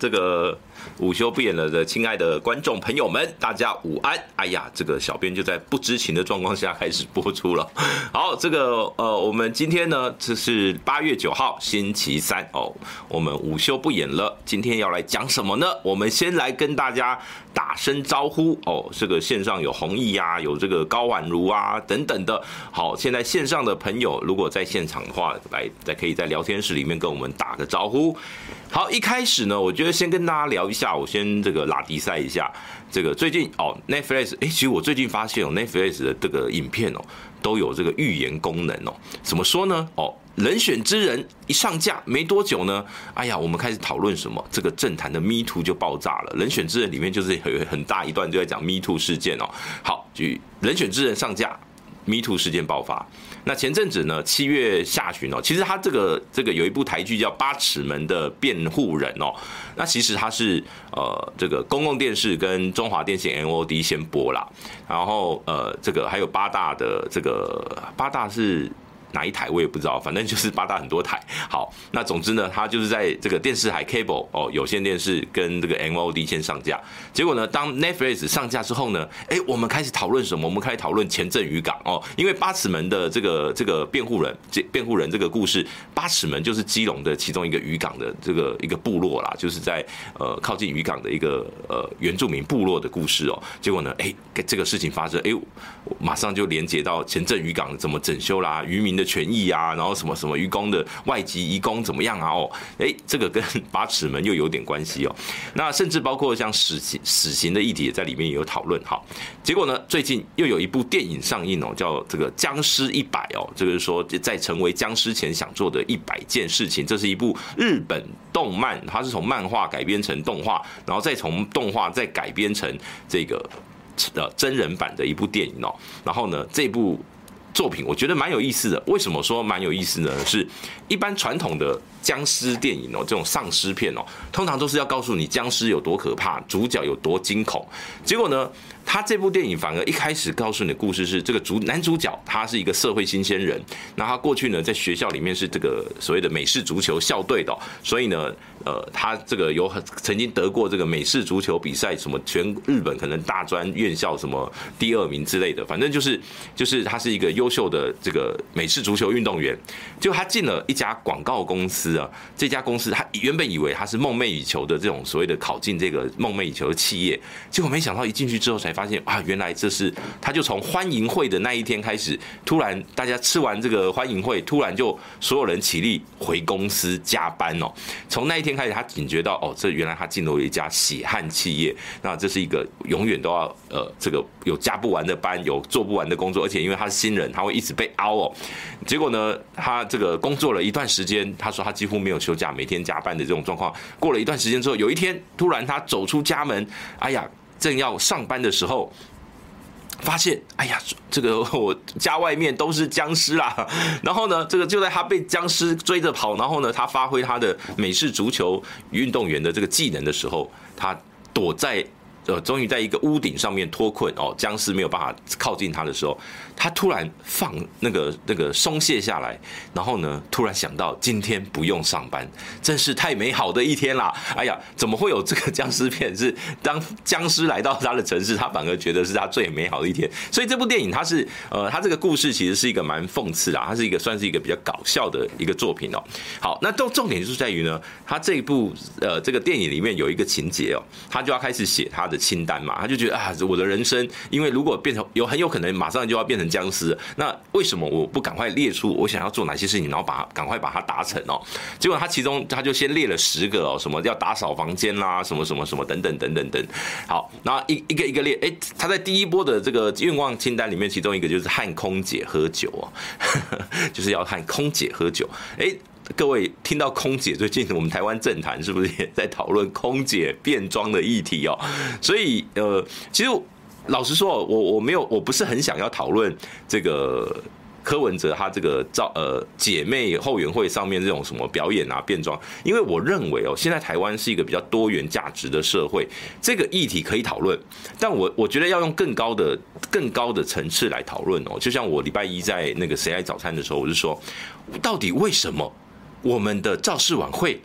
这个午休不演了的亲爱的观众朋友们，大家午安。哎呀，这个小编就在不知情的状况下开始播出了。好，这个我们今天呢，这是8月9号星期三哦，我们午休不演了。今天要来讲什么呢？我们先来跟大家打声招呼哦。这个线上有弘毅啊，有这个高婉如啊等等的。好，现在线上的朋友如果在现场的话，可以在聊天室里面跟我们打个招呼。好，一开始呢，我觉得先跟大家聊一下，我先这个拉迪赛一下。这个最近哦 ，Netflix， 其实我最近发现哦 ，Netflix 的这个影片哦，都有这个预言功能哦。怎么说呢？哦，人选之人一上架没多久呢，哎呀，我们开始讨论什么？这个政坛的 Me Too 就爆炸了。人选之人里面就是有很大一段就在讲 Me Too 事件哦。好，就人选之人上架。Me Too 事件爆发，那前阵子呢，7月下旬哦，其实他这个有一部台剧叫《八尺门的辩护人》哦，那其实他是这个公共电视跟中华电信 MOD 先播啦，然后这个还有八大的这个八大是哪一台我也不知道，反正就是八大很多台。好，那总之呢，它就是在这个电视台 cable 哦有线电视跟这个 MOD 先上架。结果呢，当 Netflix 上架之后呢，我们开始讨论什么？我们开始讨论前镇渔港哦，因为八尺门的这个辩护人这个故事，八尺门就是基隆的其中一个渔港的这个一个部落啦，就是在靠近渔港的一个原住民部落的故事哦。结果呢，这个事情发生，马上就连接到前镇渔港怎么整修啦，渔民的权益啊，然后什么什么渔工的外籍移工怎么样啊？哦，这个跟八尺门又有点关系哦。那甚至包括像死刑的议题也在里面也有讨论。好，结果呢，最近又有一部电影上映哦，叫这个《僵尸100》哦，这个是说在成为僵尸前想做的100件事情。这是一部日本动漫，它是从漫画改编成动画，然后再从动画再改编成这个真人版的一部电影哦。然后呢，这部作品我觉得蛮有意思的。为什么说蛮有意思呢？是一般传统的僵尸电影哦，这种丧尸片哦，通常都是要告诉你僵尸有多可怕，主角有多惊恐。结果呢，他这部电影反而一开始告诉你的故事是这个男主角他是一个社会新鲜人，那他过去呢在学校里面是这个所谓的美式足球校队的哦，所以呢他这个曾经得过这个美式足球比赛什么全日本可能大专院校什么第2名之类的，反正就是他是一个优秀的这个美式足球运动员。结果他进了一家广告公司啊，这家公司他原本以为他是梦寐以求的这种所谓的考进这个梦寐以求的企业，结果没想到一进去之后才发现啊，原来这是他就从欢迎会的那一天开始，突然大家吃完这个欢迎会，突然就所有人起立回公司加班哦。从那一天开始，他警觉到这原来他进入了一家血汗企业，那这是一个永远都要这个有加不完的班，有做不完的工作，而且因为他是新人，他会一直被凹哦。结果呢，他这个工作了一段时间，他说他几乎没有休假，每天加班的这种状况。过了一段时间之后，有一天突然他走出家门，哎呀，正要上班的时候，发现哎呀，这个我家外面都是僵尸啦。然后呢，这个就在他被僵尸追着跑，然后呢，他发挥他的美式足球运动员的这个技能的时候，他躲在终于在一个屋顶上面脱困哦，僵尸没有办法靠近他的时候，他突然放那个松懈下来，然后呢，突然想到今天不用上班，真是太美好的一天啦！哎呀，怎么会有这个僵尸片？是当僵尸来到他的城市，他反而觉得是他最美好的一天。所以这部电影它是它这个故事其实是一个蛮讽刺啦，它是一个算是一个比较搞笑的一个作品哦。好，那重点就是在于呢，他这一部这个电影里面有一个情节哦，他就要开始写他的清单嘛，他就觉得啊，我的人生，因为如果变成很有可能马上就要变成僵尸，那为什么我不赶快列出我想要做哪些事情，然后赶快把它达成哦？结果他就先列了10个哦，什么要打扫房间啦，什么什么什么等等等等等。好，然后一个一个列，他在第一波的这个愿望清单里面，其中一个就是和空姐喝酒哦，就是要和空姐喝酒。各位听到空姐，最近我们台湾政坛是不是也在讨论空姐变装的议题哦？所以其实老实说，我不是很想要讨论这个柯文哲他这个姐妹后援会上面这种什么表演啊变装，因为我认为现在台湾是一个比较多元价值的社会，这个议题可以讨论，但我觉得要用更高的层次来讨论哦。就像我礼拜一在那个谁爱早餐的时候，我就说，到底为什么我们的造势晚会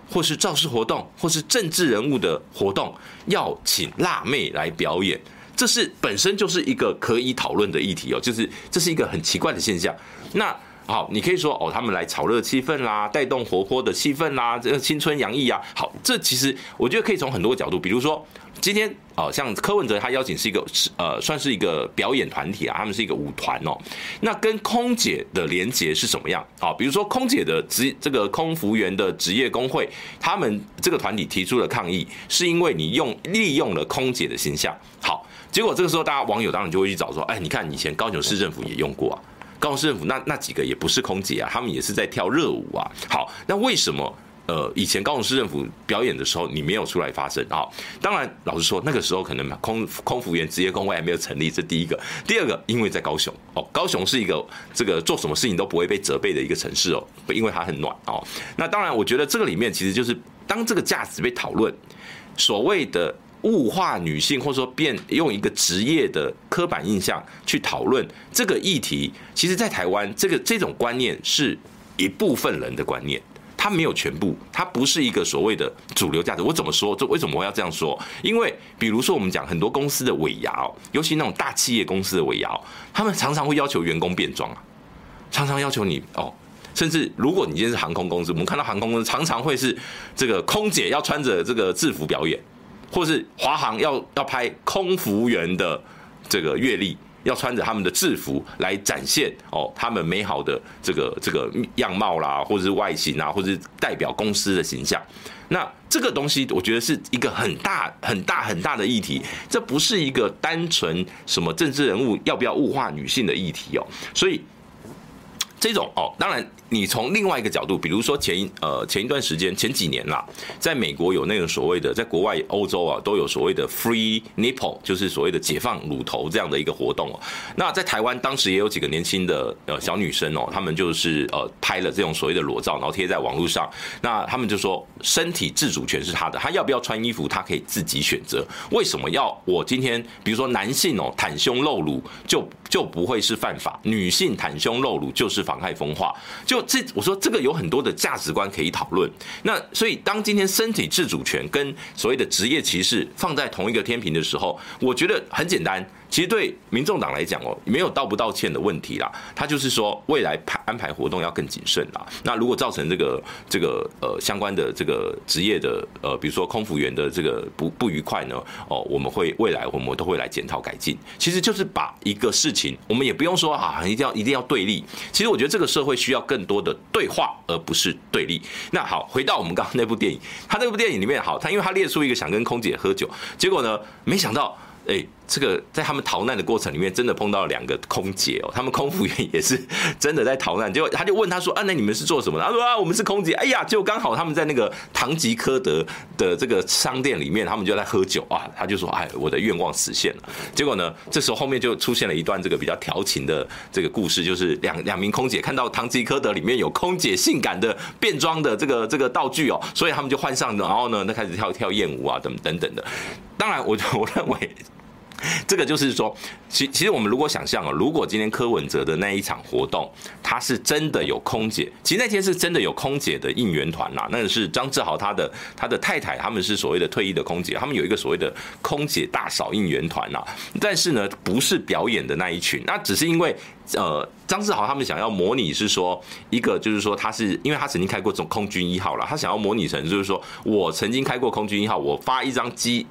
或是造势活动，或是政治人物的活动，要请辣妹来表演，这是本身就是一个可以讨论的议题哦，就是这是一个很奇怪的现象。那好，你可以说哦，他们来炒热气氛啦，带动活泼的气氛啦，这个青春洋溢啊。好，这其实我觉得可以从很多角度，比如说今天像柯文哲他邀请是一个算是一个表演团体啊，他们是一个舞团哦。那跟空姐的连结是什么样啊？比如说空姐的这个空服员的职业工会，他们这个团体提出了抗议，是因为你利用了空姐的形象。好，结果这个时候大家网友当然就会去找说，哎，你看以前高雄市政府也用过啊。高雄市政府那几个也不是空姐啊，他们也是在跳热舞啊。好，那为什么以前高雄市政府表演的时候你没有出来发声啊？当然，老实说，那个时候可能空服员职业工会还没有成立，这第一个。第二个，因为在高雄哦，高雄是一个这个做什么事情都不会被责备的一个城市哦，因为它很暖哦。那当然，我觉得这个里面其实就是当这个价值被讨论，所谓的物化女性，或者说用一个职业的刻板印象去讨论这个议题，其实在台湾这种观念是一部分人的观念，它没有全部，它不是一个所谓的主流价值。我怎么说？为什么我要这样说？因为比如说我们讲很多公司的尾牙，尤其那种大企业公司的尾牙，他们常常会要求员工变装啊，常常要求你哦。甚至如果你今天是航空公司，我们看到航空公司常常会是这个空姐要穿着这个制服表演。或是华航要拍空服员的这个阅历，要穿着他们的制服来展现他们美好的这个样貌啦，或者是外形啊，或者是代表公司的形象。那这个东西，我觉得是一个很大的议题，这不是一个单纯什么政治人物要不要物化女性的议题哦。所以这种当然。你从另外一个角度，比如说前一段时间前几年啦，在美国有那种所谓的，在国外欧洲啊都有所谓的 free nipple， 就是所谓的解放乳头这样的一个活动哦。那在台湾当时也有几个年轻的小女生哦，她们就是拍了这种所谓的裸照，然后贴在网络上。那她们就说身体自主权是她的，她要不要穿衣服她可以自己选择。为什么要我今天比如说男性袒胸露乳就不会是犯法，女性袒胸露乳就是妨害风化？我说这个有很多的价值观可以讨论。那所以当今天身体自主权跟所谓的职业歧视放在同一个天平的时候，我觉得很简单。其实对民众党来讲没有道不道歉的问题啦，他就是说未来安排活动要更谨慎啦。那如果造成这个相关的这个职业的比如说空服员的这个不愉快呢，未来我们都会来检讨改进。其实就是把一个事情，我们也不用说一定要对立。其实我觉得这个社会需要更多的对话，而不是对立。那好，回到我们刚刚那部电影，他那部电影里面他因为他列出一个想跟空姐喝酒，结果呢没想到。这个在他们逃难的过程里面，真的碰到了2个空姐他们空服员也是真的在逃难。结果他就问他说：“那你们是做什么的？”他说：“我们是空姐。”哎呀，结果刚好他们在那个唐吉诃德的这个商店里面，他们就在喝酒啊。他就说：“我的愿望实现了。”结果呢，这时候后面就出现了一段这个比较调情的这个故事，就是两名空姐看到唐吉诃德里面有空姐性感的变装的这个道具所以他们就换上，然后呢，开始跳艳舞啊，等等的。当然，我认为。这个就是说，其实我们如果想象如果今天柯文哲的那一场活动，他是真的有空姐，其实那天是真的有空姐的应援团啦，那个是张志豪他的太太，他们是所谓的退役的空姐，他们有一个所谓的空姐大嫂应援团啦，但是呢，不是表演的那一群，那只是因为张志豪他们想要模拟是说一个就是说因为他曾经开过这种空军1号啦，他想要模拟成就是说我曾经开过空军1号，我发一张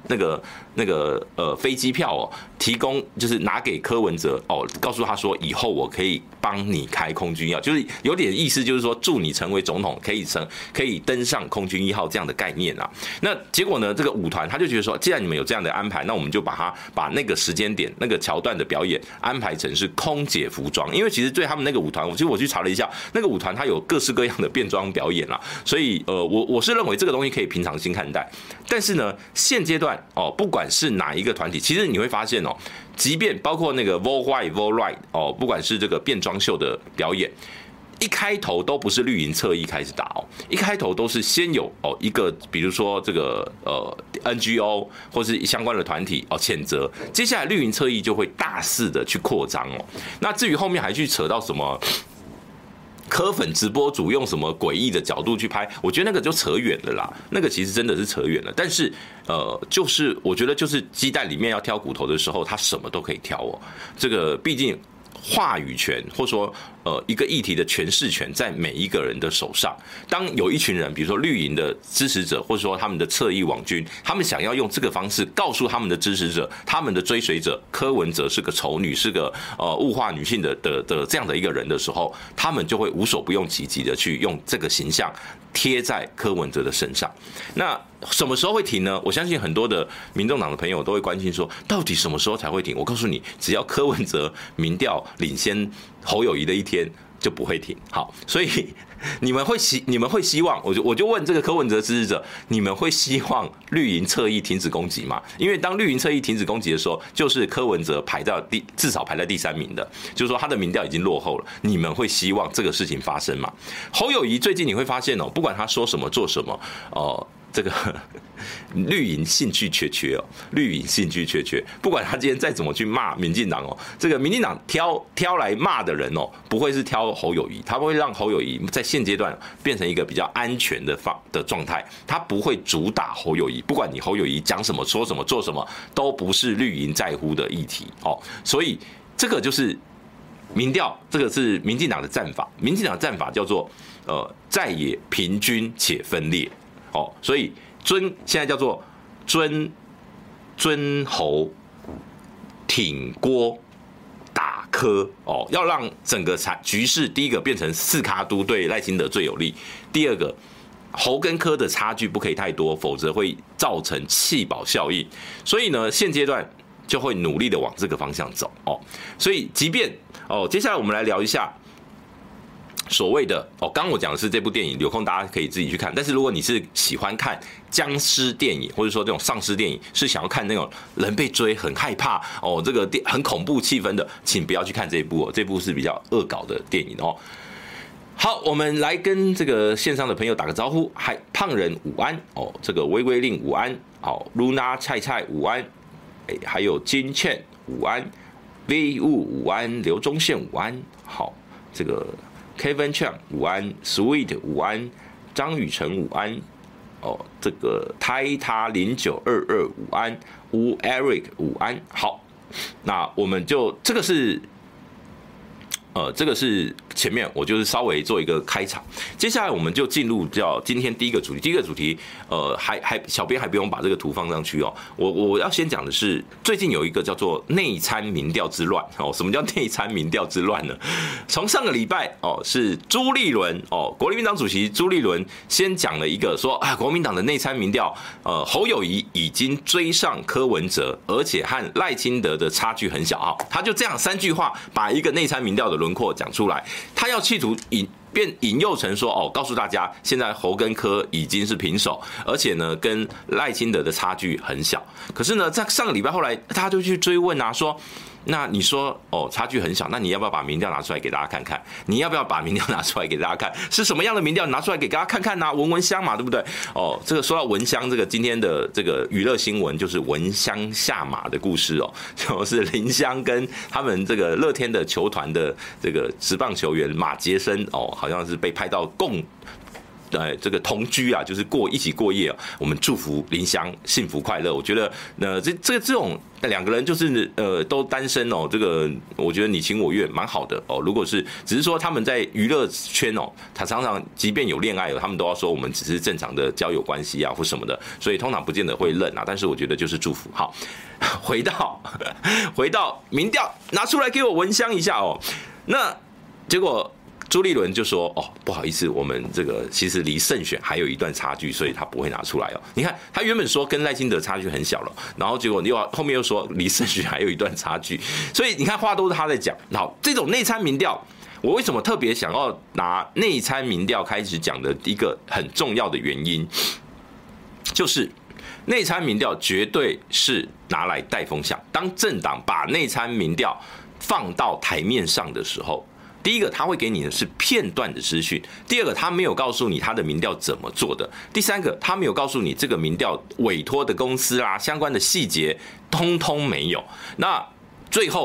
飞机票提供就是拿给柯文哲告诉他说以后我可以帮你开空军1号，就是有点意思就是说祝你成为总统可以登上空军1号这样的概念啊。那结果呢，这个舞团他就觉得说，既然你们有这样的安排，那我们就把那个时间点那个桥段的表演安排成是空姐服装，因为其实对他们那个舞团，其实我去查了一下，那个舞团它有各式各样的变装表演啦，所以我是认为这个东西可以平常心看待。但是呢，现阶段不管是哪一个团体，其实你会发现即便包括那个 Vol White Vol Right 不管是这个变装秀的表演。一开头都不是绿营侧翼开始打一开头都是先有一个比如说这个NGO 或是相关的团体谴责，接下来绿营侧翼就会大肆的去扩张那至于后面还去扯到什么柯粉直播主用什么诡异的角度去拍，我觉得那个就扯远了啦，那个其实真的是扯远了。但是就是我觉得就是鸡蛋里面要挑骨头的时候，它什么都可以挑哦。这个毕竟话语权或者说一个议题的诠释权在每一个人的手上。当有一群人，比如说绿营的支持者，或者说他们的侧翼网军，他们想要用这个方式告诉他们的支持者、他们的追随者，柯文哲是个丑女，是个物化女性的这样的一个人的时候，他们就会无所不用其极的去用这个形象贴在柯文哲的身上。那什么时候会停呢？我相信很多的民众党的朋友都会关心说，到底什么时候才会停？我告诉你，只要柯文哲民调领先侯友宜的一天，就不会停。好，所以你们会希望，我就问这个柯文哲支持者，你们会希望绿营侧翼停止攻击吗？因为当绿营侧翼停止攻击的时候，就是柯文哲至少排在第3名的，就是说他的民调已经落后了。你们会希望这个事情发生吗？侯友宜最近你会发现不管他说什么做什么，这个绿营兴趣缺缺哦，绿营兴趣缺缺。不管他今天再怎么去骂民进党这个民进党挑来骂的人不会是挑侯友宜，他会让侯友宜在现阶段变成一个比较安全的状态，他不会主打侯友宜。不管你侯友宜讲什么、说什么、做什么，都不是绿营在乎的议题所以这个就是民调，这个是民进党的战法。民进党的战法叫做在野平均且分裂。所以现在叫做尊侯挺郭打柯要让整个局势第一个变成4咖都对赖清德最有利，第二个侯跟柯的差距不可以太多，否则会造成弃保效应。所以呢，现阶段就会努力的往这个方向走所以即便接下来我们来聊一下所谓的刚刚我讲的是这部电影，有空大家可以自己去看。但是如果你是喜欢看僵尸电影，或者说这种丧尸电影，是想要看那种人被追很害怕这个很恐怖气氛的，请不要去看这一部这部是比较恶搞的电影好，我们来跟这个线上的朋友打个招呼。胖人午安这个微微令午安Luna 菜菜午安还有金倩午安 V 物午安刘忠宪午安好这个Kevin Chang 午安 ，Sweet 午安，张雨晨午安，这个泰他0922午安，吴 Eric 午安，好，那我们就这个是前面我就是稍微做一个开场，接下来我们就进入叫今天第一个主题。第一个主题，小编还不用把这个图放上去我要先讲的是，最近有一个叫做内参民调之乱什么叫内参民调之乱呢？从上个礼拜是朱立伦国民党主席朱立伦先讲了一个说国民党的内参民调侯友宜已经追上柯文哲，而且和赖清德的差距很小他就这样3句话把一个内参民调的轮廓讲出来。他要企图引诱成说告诉大家现在侯跟柯已经是平手，而且呢跟赖清德的差距很小。可是呢在上个礼拜后来他就去追问说，那你说差距很小，那你要不要把民调拿出来给大家看看？你要不要把民调拿出来给大家看？是什么样的民调拿出来给大家看看闻香嘛，对不对？这个说到闻香，这个今天的这个娱乐新闻就是闻香下马的故事就是林香跟他们这个乐天的球团的这个职棒球员马杰森好像是被拍到这个同居就是一起过夜我们祝福林香幸福快乐。我觉得这种2个人就是都单身这个我觉得你情我愿蛮好的如果是只是说他们在娱乐圈他常常即便有恋爱他们都要说我们只是正常的交友关系或什么的，所以通常不见得会认但是我觉得就是祝福。好，回到民调拿出来给我闻香一下那结果朱立伦就说不好意思，我们这个其实离胜选还有一段差距，所以他不会拿出来你看他原本说跟赖清德差距很小了，然后结果后面又说离胜选还有一段差距，所以你看话都是他在讲。好，这种内参民调，我为什么特别想要拿内参民调开始讲的一个很重要的原因，就是内参民调绝对是拿来带风向。当政党把内参民调放到台面上的时候，第一个，他会给你的是片段的资讯；第二个，他没有告诉你他的民调怎么做的；第三个，他没有告诉你这个民调委托的公司相关的细节，通通没有。那最后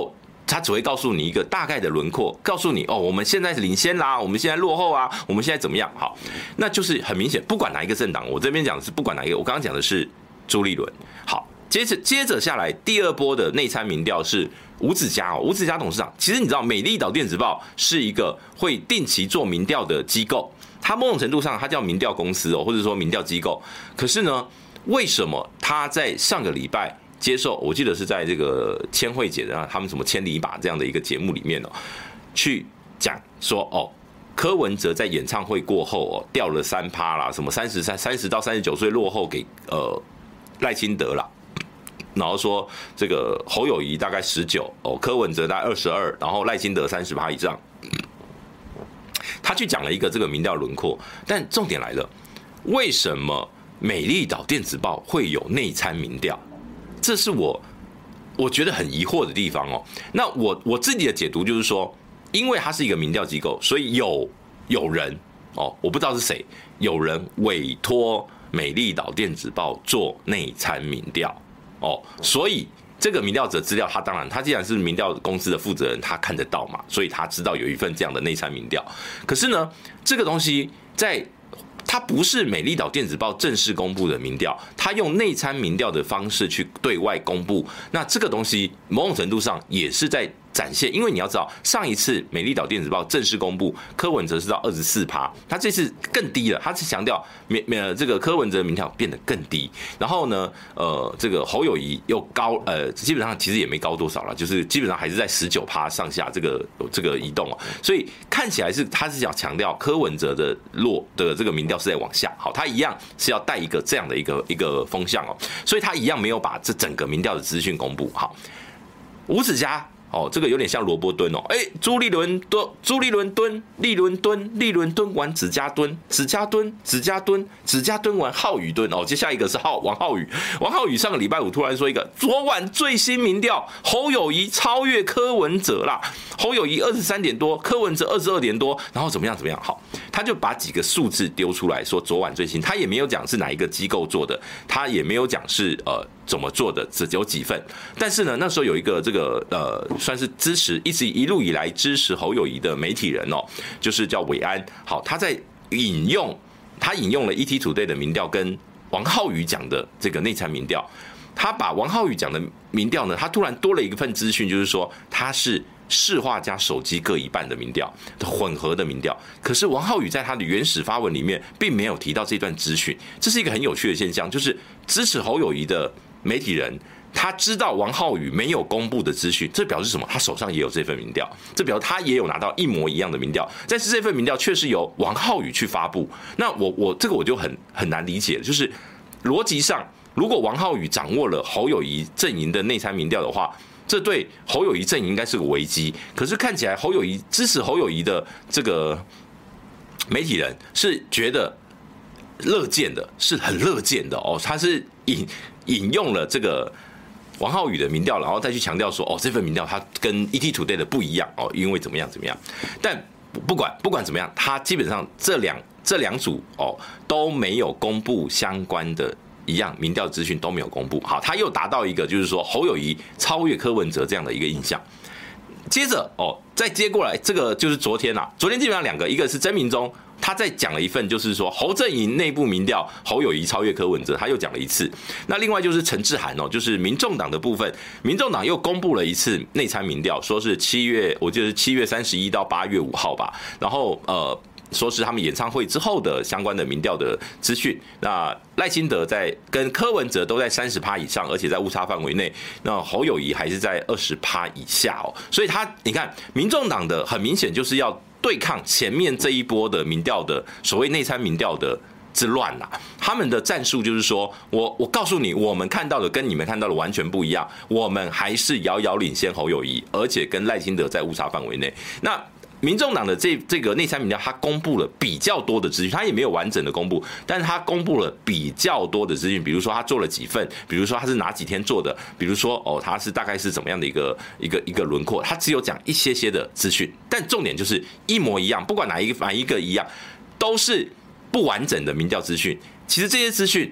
他只会告诉你一个大概的轮廓，告诉你哦，我们现在是领先啦，我们现在落后啊，我们现在怎么样？好，那就是很明显，不管哪一个政党，我这边讲的是不管哪一个，我刚刚讲的是朱立伦。好，接着下来，第二波的内参民调是吴子嘉哦，吴子嘉董事长，其实你知道，美丽岛电子报是一个会定期做民调的机构，它某种程度上它叫民调公司哦，或者说民调机构。可是呢，为什么他在上个礼拜接受，我记得是在这个千惠姐的他们什么千里一把这样的一个节目里面哦，去讲说哦，柯文哲在演唱会过后哦掉了3%啦，什么30到39岁落后给赖清德啦，然后说这个侯友宜大概19哦，柯文哲大概22，然后赖清德30%以上，他去讲了一个这个民调轮廓，但重点来了，为什么美丽岛电子报会有内参民调？这是我觉得很疑惑的地方哦。那我自己的解读就是说，因为它是一个民调机构，所以有人哦，我不知道是谁，有人委托美丽岛电子报做内参民调哦，所以这个民调者资料，他既然是民调公司的负责人，他看得到嘛，所以他知道有一份这样的内参民调。可是呢，这个东西它不是美丽岛电子报正式公布的民调，它用内参民调的方式去对外公布。那这个东西某种程度上也是在展现，因为你要知道，上一次美丽岛电子报正式公布，柯文哲是到24%，他这次更低了，他是强调这个柯文哲的民调变得更低。然后呢，这个侯友宜又高，基本上其实也没高多少了，就是基本上还是在19%上下这个移动哦。所以看起来他是想强调柯文哲的这个民调是在往下，好，他一样是要带一个这样的一个风向哦，所以他一样没有把这整个民调的资讯公布。好，吴子嘉。哦，这个有点像萝卜蹲哦，朱立伦蹲，立伦蹲完子嘉蹲，子嘉蹲完浩宇蹲哦，接下一个是王浩宇上个礼拜五突然说一个，昨晚最新民调，侯友宜超越柯文哲啦，侯友宜23点多，柯文哲22点多，然后怎么样，好，他就把几个数字丢出来说昨晚最新，他也没有讲是哪一个机构做的，他也没有讲是怎么做的，只有几份，但是呢，那时候有一个这个算是一路以来支持侯友宜的媒体人哦，就是叫伟安。好，他引用了 ETtoday 的民调跟王浩宇讲的这个内参民调，他把王浩宇讲的民调呢，他突然多了一份资讯，就是说他是市话加手机各一半的民调，混合的民调。可是王浩宇在他的原始发文里面并没有提到这段资讯，这是一个很有趣的现象，就是支持侯友宜的媒体人。他知道王浩宇没有公布的资讯，这表示什么？他手上也有这份民调，这表示他也有拿到一模一样的民调，但是这份民调却是由王浩宇去发布。那这个我就很难理解，就是逻辑上，如果王浩宇掌握了侯友宜阵营的内参民调的话，这对侯友宜阵营应该是个危机。可是看起来支持侯友宜的这个媒体人是觉得乐见的，是很乐见的哦，他是引用了这个王浩宇的民调，然后再去强调说，这份民调它跟 ETtoday 的不一样哦，因为怎么样。但不管怎么样，它基本上这两组都没有公布相关的一样民调资讯都没有公布。好，他又达到一个就是说侯友宜超越柯文哲这样的一个印象。接着再接过来，这个就是昨天基本上两个，一个是曾明忠。他再讲了一份，就是说侯阵营内部民调，侯友宜超越柯文哲，他又讲了一次。那另外就是陈志涵就是民众党的部分，民众党又公布了一次内参民调，说是我记得是7月31到8月5号吧。然后说是他们演唱会之后的相关的民调的资讯。那赖清德跟柯文哲都在30%以上，而且在误差范围内。那侯友宜还是在20%以下哦。所以你看，民众党的很明显就是要对抗前面这一波的民调的所谓内参民调的之乱啦，他们的战术就是说，我告诉你，我们看到的跟你们看到的完全不一样，我们还是遥遥领先侯友宜，而且跟赖清德在误差范围内。那民众党的这个内参民调，他公布了比较多的资讯，他也没有完整的公布，但是他公布了比较多的资讯，比如说他做了几份，比如说他是哪几天做的，比如说他是大概是怎么样的一个轮廓，他只有讲一些的资讯，但重点就是一模一样，不管哪一个一样，都是不完整的民调资讯。其实这些资讯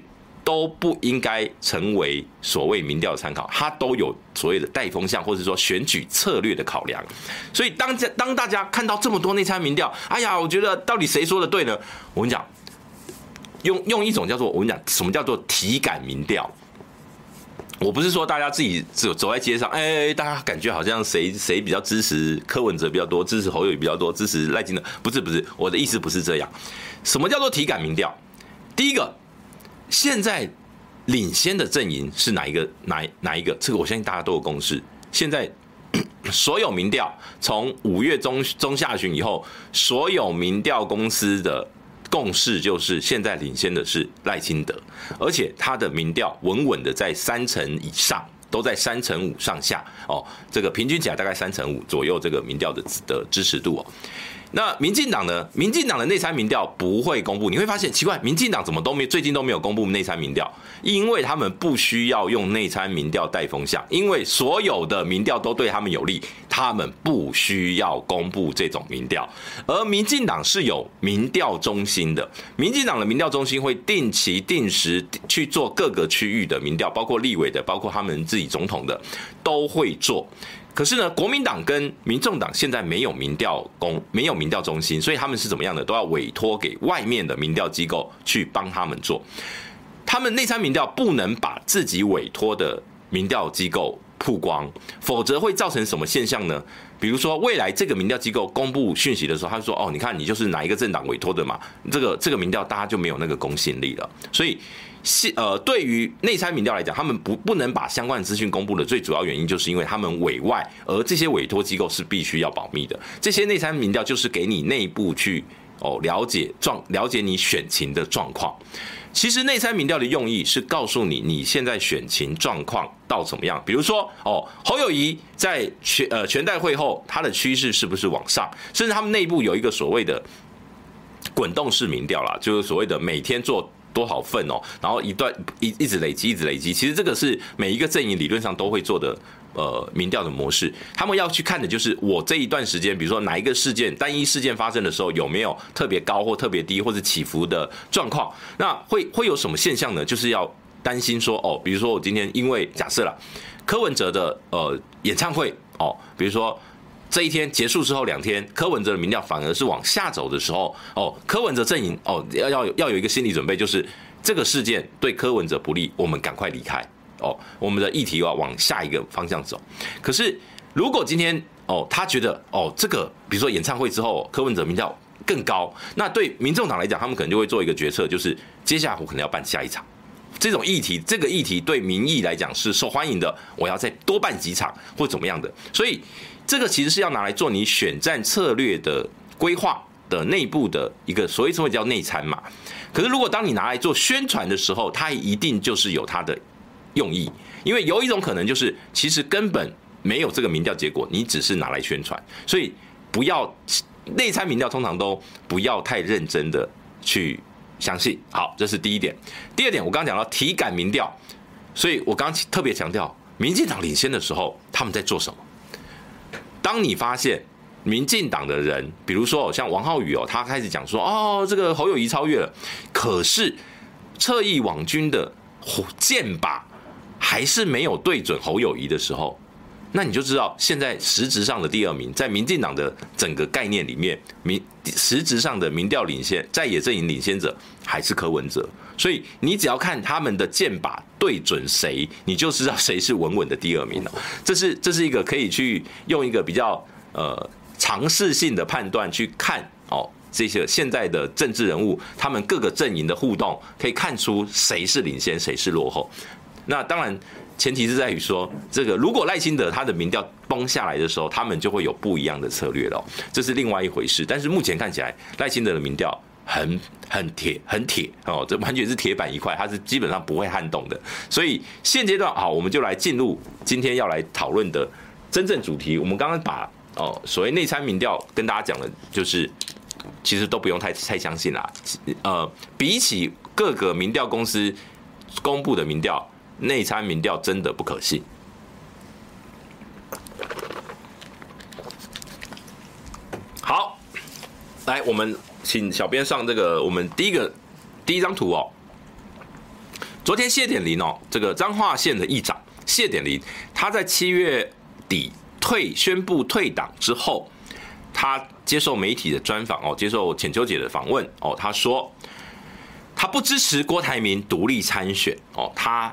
都不应该成为所谓民调的参考，它都有所谓的带风向或者说选举策略的考量。所以当大家看到这么多内参民调，哎呀，我觉得到底谁说的对呢？我跟你讲，用一种叫做我跟你讲什么叫做体感民调。我不是说大家自己走在街上，大家感觉好像谁比较支持柯文哲比较多，支持侯友宜比较多，支持赖清德，不是，我的意思不是这样。什么叫做体感民调？第一个，现在领先的阵营是哪一个？这个我相信大家都有共识。现在所有民调从5月中下旬以后，所有民调公司的共识就是现在领先的是赖清德，而且他的民调稳稳的在30%以上，都在3%5%上下哦，这个平均起来大概3%5%左右，这个民调的支持度哦。那民进党呢？民进党的内参民调不会公布，你会发现奇怪，民进党怎么最近都没有公布内参民调？因为他们不需要用内参民调带风向，因为所有的民调都对他们有利，他们不需要公布这种民调。而民进党是有民调中心的，民进党的民调中心会定期定时去做各个区域的民调，包括立委的，包括他们自己总统的，都会做。可是呢，国民党跟民众党现在没有民调中心，所以他们是怎么样的？都要委托给外面的民调机构去帮他们做。他们内参民调不能把自己委托的民调机构曝光，否则会造成什么现象呢？比如说，未来这个民调机构公布讯息的时候，他就说：“哦，你看你就是哪一个政党委托的嘛，这个民调大家就没有那个公信力了。”所以。对于内参民调来讲，他们不能把相关的资讯公布的最主要原因，就是因为他们委外，而这些委托机构是必须要保密的。这些内参民调就是给你内部去了解你选情的状况。其实内参民调的用意是告诉你现在选情状况到怎么样。比如说侯友宜在全代会后，他的趋势是不是往上？甚至他们内部有一个所谓的滚动式民调啦，就是所谓的每天做多少份然后一直累积，其实这个是每一个阵营理论上都会做的民调的模式。他们要去看的就是我这一段时间，比如说哪一个单一事件发生的时候，有没有特别高或特别低或者起伏的状况。那会有什么现象呢？就是要担心说比如说我今天因为假设了柯文哲的演唱会比如说。这一天结束之后2天，柯文哲的民调反而是往下走的时候，柯文哲阵营要有一个心理准备，就是这个事件对柯文哲不利，我们赶快离开我们的议题要往下一个方向走。可是如果今天他觉得这个比如说演唱会之后柯文哲民调更高，那对民众党来讲，他们可能就会做一个决策，就是接下来我可能要办下一场。这个议题对民意来讲是受欢迎的，我要再多办几场或怎么样的，所以这个其实是要拿来做你选战策略的规划的内部的一个所谓叫内参嘛。可是如果当你拿来做宣传的时候，它一定就是有它的用意，因为有一种可能就是其实根本没有这个民调结果，你只是拿来宣传，所以不要内参民调通常都不要太认真的去相信。好，这是第一点。第二点，我刚刚讲到体感民调，所以我刚刚特别强调，民进党领先的时候，他们在做什么？当你发现民进党的人，比如说像王浩宇他开始讲说这个侯友宜超越了，可是侧翼网军的箭靶还是没有对准侯友宜的时候，那你就知道现在实质上的第2名，在民进党的整个概念里面，实质上的民调领先，在野阵营领先者还是柯文哲。所以你只要看他们的箭靶对准谁，你就知道谁是稳稳的第2名了。这是一个可以去用一个比较尝试性的判断去看这些现在的政治人物他们各个阵营的互动，可以看出谁是领先，谁是落后。那当然。前提是在于说，这个如果赖清德他的民调崩下来的时候，他们就会有不一样的策略了，这是另外一回事。但是目前看起来，赖清德的民调很铁这完全是铁板一块，它是基本上不会撼动的。所以现阶段好，我们就来进入今天要来讨论的真正主题。我们刚刚把所谓内参民调跟大家讲的，就是其实都不用太相信啦。比起各个民调公司公布的民调。内参民调真的不可信。好，来，我们请小编上这个我们第一张图昨天谢点林哦，这个彰化县的议长谢点林，他在7月底宣布退党之后，他接受媒体的专访哦，接受浅秋姐的访问哦，他说他不支持郭台铭独立参选哦，他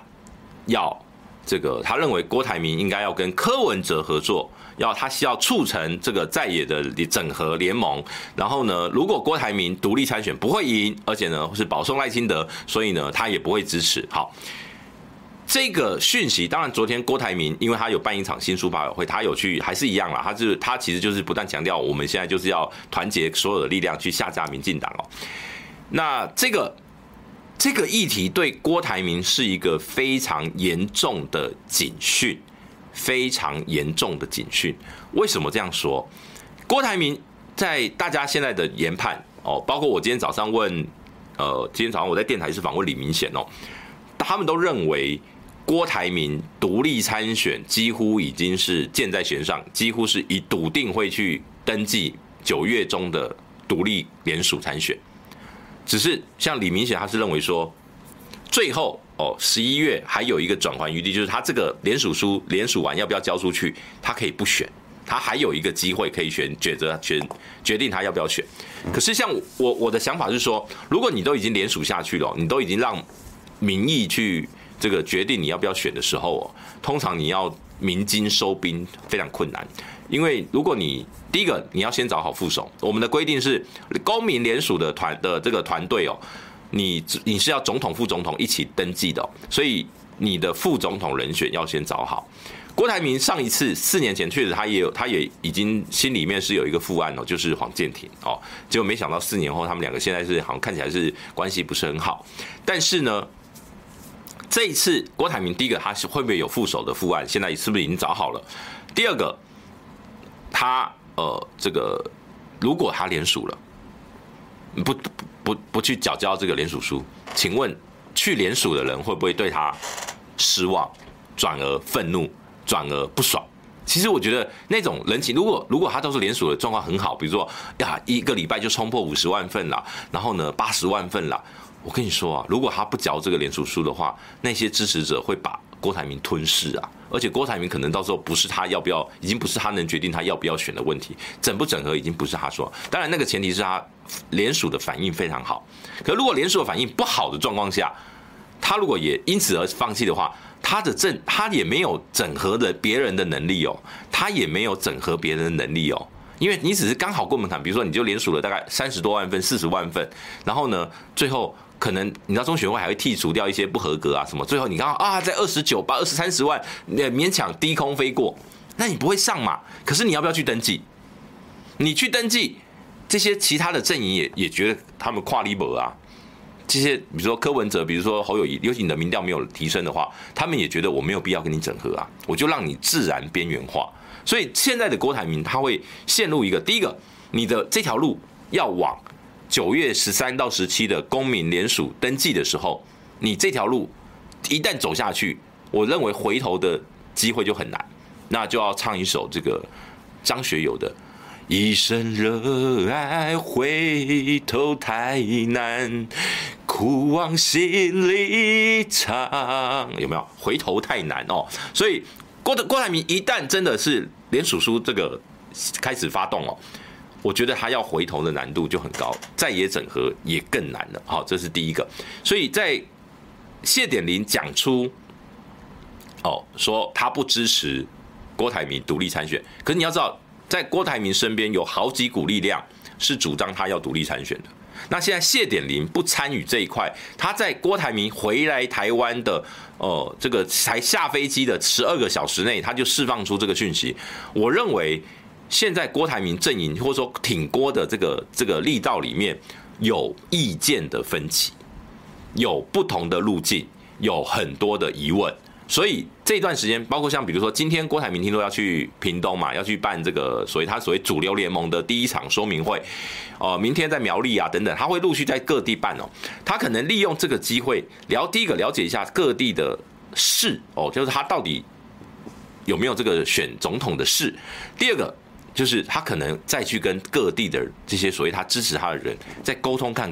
认为郭台铭应该要跟柯文哲合作。他需要促成这个在野的整合联盟，然后呢，如果郭台铭独立参选不会赢，而且呢是保送赖清德，所以呢他也不会支持。好，这个讯息当然昨天郭台铭因为他有办一场新书发表会，他有去还是一样啦，他其实就是不断强调我们现在就是要团结所有的力量去下架民进党哦。那这个议题对郭台铭是一个非常严重的警讯。非常严重的警讯。为什么这样说？郭台铭在大家现在的研判哦，包括我今天早上今天早上我在电台是访问李明贤哦，他们都认为郭台铭独立参选几乎已经是箭在弦上，几乎是已笃定会去登记9月中的独立联署参选。只是像李明贤他是认为说，最后11月还有一个转圜余地，就是他这个联署书联署完要不要交出去，他可以不选，他还有一个机会可以决定他要不要选。可是像我的想法是说，如果你都已经联署下去了，你都已经让民意去这个决定你要不要选的时候，通常你要鸣金收兵非常困难，因为如果你第一个你要先找好副手，我们的规定是公民联署的这个团队你是要总统、副总统一起登记的，所以你的副总统人选要先找好。郭台铭上一次4年前确实他也已经心里面是有一个副案就是黄健庭结果没想到4年后他们两个现在是好像看起来是关系不是很好。但是呢，这一次郭台铭第一个他会不会有副手的副案，现在是不是已经找好了？第二个，他这个如果他联署了，不去缴交这个联署书，请问去联署的人会不会对他失望，转而愤怒，转而不爽？其实我觉得那种人情，如果他都是联署的状况很好，比如说一个礼拜就冲破50万份啦，然后呢80万份啦，我跟你说啊，如果他不缴这个联署书的话，那些支持者会把郭台铭吞噬啊，而且郭台铭可能到时候不是他要不要，已经不是他能决定他要不要选的问题，整不整合已经不是他说。当然那个前提是他联署的反应非常好，可如果联署的反应不好的状况下，他如果也因此而放弃的话，他也没有整合的别人的能力他也没有整合别人的能力因为你只是刚好过门槛，比如说你就联署了大概30多万份、40万份，然后呢，最后可能你知道中选会还会剔除掉一些不合格啊什么，最后你刚好在29、30万勉强低空飞过，那你不会上嘛？可是你要不要去登记？你去登记，这些其他的阵营也觉得他们跨立博啊。这些比如说柯文哲，比如说侯友宜，尤其你的民调没有提升的话，他们也觉得我没有必要跟你整合啊，我就让你自然边缘化。所以现在的郭台铭他会陷入一个，第一个，你的这条路要往9月13到17的公民联署登记的时候，你这条路一旦走下去，我认为回头的机会就很难，那就要唱一首这个张学友的。一生热爱，回头太难，苦往心里藏，有没有？回头太难所以郭台铭一旦真的是联署书这个开始发动我觉得他要回头的难度就很高，在野整合也更难了。这是第一个。所以在谢点林讲出说他不支持郭台铭独立参选，可是你要知道，在郭台铭身边有好几股力量是主张他要独立参选的。那现在谢点林不参与这一块，他在郭台铭回来台湾的这个才下飞机的12个小时内，他就释放出这个讯息。我认为现在郭台铭阵营或者说挺郭的这个力道里面有意见的分歧，有不同的路径，有很多的疑问。所以这段时间，包括像比如说今天郭台铭听说要去屏东嘛，要去办这个他所谓主流联盟的第一场说明会，明天在苗栗啊等等，他会陆续在各地办他可能利用这个机会第一个了解一下各地的事就是他到底有没有这个选总统的事。第二个就是他可能再去跟各地的这些所谓他支持他的人再沟通看看，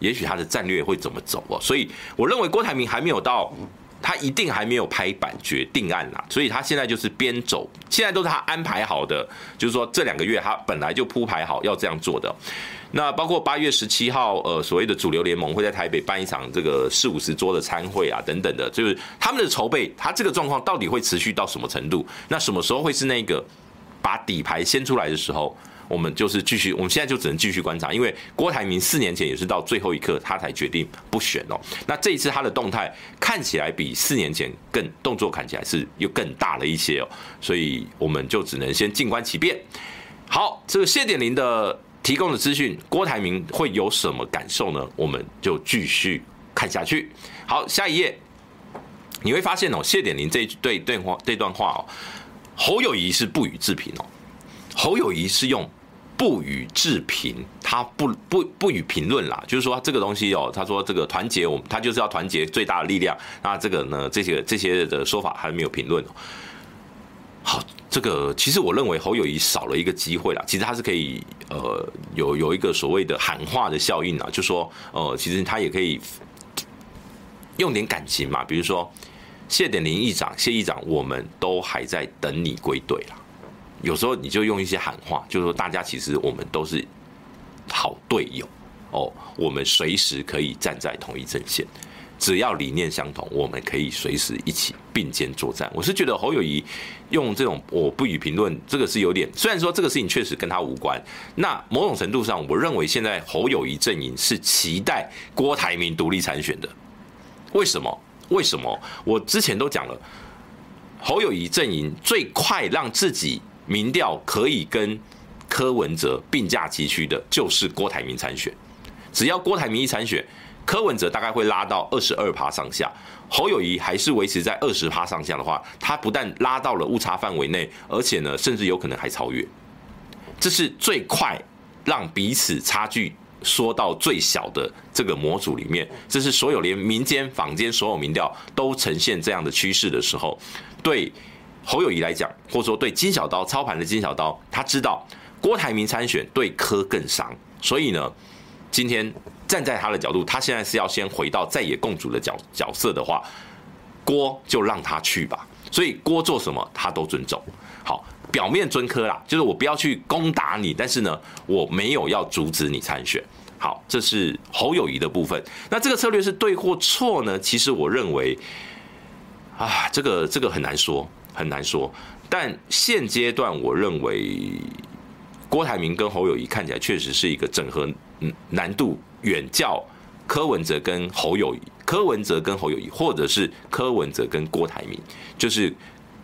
也许他的战略会怎么走哦。所以我认为郭台铭还没有到。他一定还没有拍板决定案啦，所以他现在就是边走，现在都是他安排好的，就是说这2个月他本来就铺排好要这样做的。那包括8月17号，所谓的主流联盟会在台北办一场这个40-50桌的餐会啊，等等的，就是他们的筹备，他这个状况到底会持续到什么程度？那什么时候会是那个把底牌掀出来的时候？我们就是继续，我们现在就只能继续观察，因为郭台铭4年前也是到最后一刻他才决定不选哦。那这一次他的动态看起来比4年前动作看起来是又更大了一些哦，所以我们就只能先静观其变。好，这个谢点林的提供的资讯，郭台铭会有什么感受呢？我们就继续看下去。好，下一页你会发现哦，谢点林这段话哦，侯友宜是不予置评哦。侯友宜是用不予置评，他不予评论啦，就是说这个东西哦，他说这个团结他就是要团结最大的力量。那这个呢，这些的说法还没有评论哦。好，这个其实我认为侯友宜少了一个机会啦，其实他是可以有一个所谓的喊话的效应啊，就说其实他也可以用点感情嘛，比如说谢点林议长、谢议长，我们都还在等你归队啦。有时候你就用一些喊话，就是说大家其实我们都是好队友哦，我们随时可以站在同一阵线，只要理念相同，我们可以随时一起并肩作战。我是觉得侯友宜用这种我不予评论，这个是有点，虽然说这个事情确实跟他无关，那某种程度上，我认为现在侯友宜阵营是期待郭台铭独立参选的。为什么？我之前都讲了，侯友宜阵营最快让自己民调可以跟柯文哲并驾齐驱的，就是郭台铭参选。只要郭台铭一参选，柯文哲大概会拉到22%上下，侯友宜还是维持在20%上下的话，他不但拉到了误差范围内，而且呢，甚至有可能还超越。这是最快让彼此差距缩到最小的这个模组里面，这是所有连民间坊间所有民调都呈现这样的趋势的时候，对侯友宜来讲，或者说对金小刀操盘的金小刀，他知道郭台铭参选对柯更伤，所以呢，今天站在他的角度，他现在是要先回到在野共主的角色的话，郭就让他去吧。所以郭做什么他都尊重。好，表面尊柯啦，就是我不要去攻打你，但是呢，我没有要阻止你参选。好，这是侯友宜的部分。那这个策略是对或错呢？其实我认为啊，这个很难说。很难说，但现阶段我认为郭台铭跟侯友宜看起来确实是一个整合难度远较柯文哲跟侯友宜，或者是柯文哲跟郭台铭，就是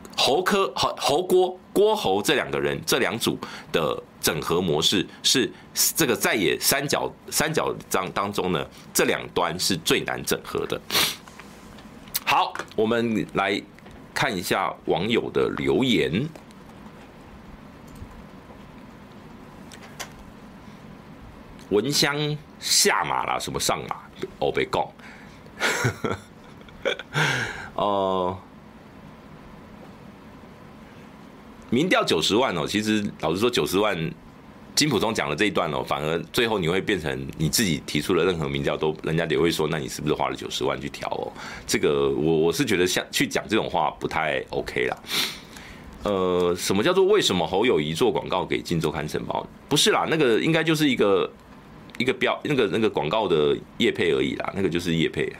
郭侯这2个人这2组的整合模式是这个在野三角当中呢，这2端是最难整合的。好，我们来看一下网友的留言。文香下马啦，什么上马？我被告。民调90万哦，其实老实说90万，金溥聪讲的这一段哦，反而最后你会变成你自己提出了任何民调都，人家也会说，那你是不是花了90万去调哦？这个我是觉得像去讲这种话不太 OK 啦。什么叫做为什么侯友宜做广告给《镜周刊》晨报？不是啦，那个应该就是一个那个广告的业配而已啦，那个就是业配。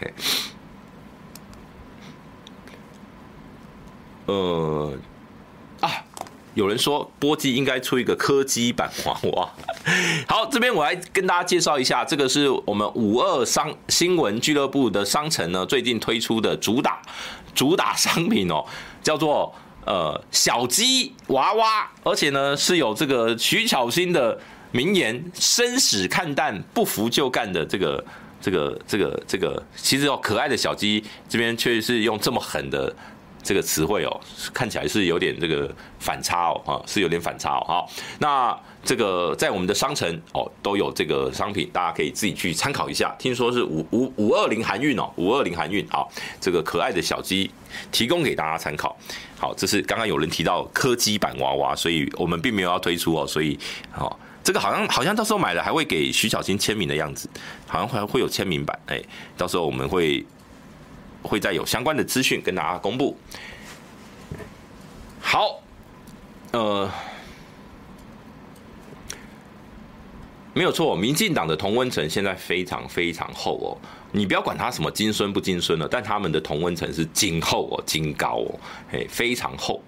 有人说波基应该出一个柯基版娃娃。好，这边我来跟大家介绍一下，这个是我们52新闻俱乐部的商城呢最近推出的主打商品哦，叫做小鸡娃娃，而且呢是有这个徐巧芯的名言“生死看淡，不服就干”的这个，其实可爱的小鸡这边却是用这么狠的这个词汇哦，看起来是有点这个反差哦，是有点反差哦。好，那这个在我们的商城哦都有这个商品，大家可以自己去参考一下。听说是520韩运哦，520韩运。好，这个可爱的小鸡提供给大家参考。好，这是刚刚有人提到柯基版娃娃，所以我们并没有要推出哦，所以好。 这个好像到时候买了还会给徐小青签名的样子，好像会有签名版，到时候我们会再有相关的资讯跟大家公布。好，没有错，民进党的同温层现在非常非常厚哦。你不要管他什么金孙不金孙了，但他们的同温层是金厚哦，金高哦，非常厚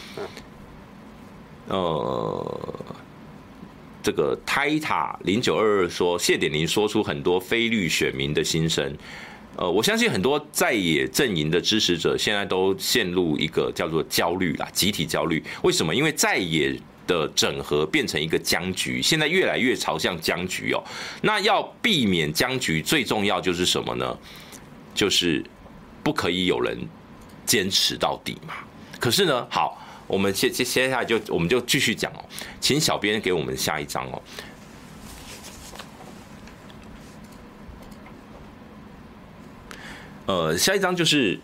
哦。这个泰塔0922说，谢点林说出很多非绿选民的心声。我相信很多在野阵营的支持者现在都陷入一个叫做焦虑啦，集体焦虑。为什么？因为在野的整合变成一个僵局，现在越来越朝向僵局哦。那要避免僵局，最重要就是什么呢？就是不可以有人坚持到底嘛。可是呢，好，我们接下来我们就继续讲哦，请小编给我们下一章哦。下一章就是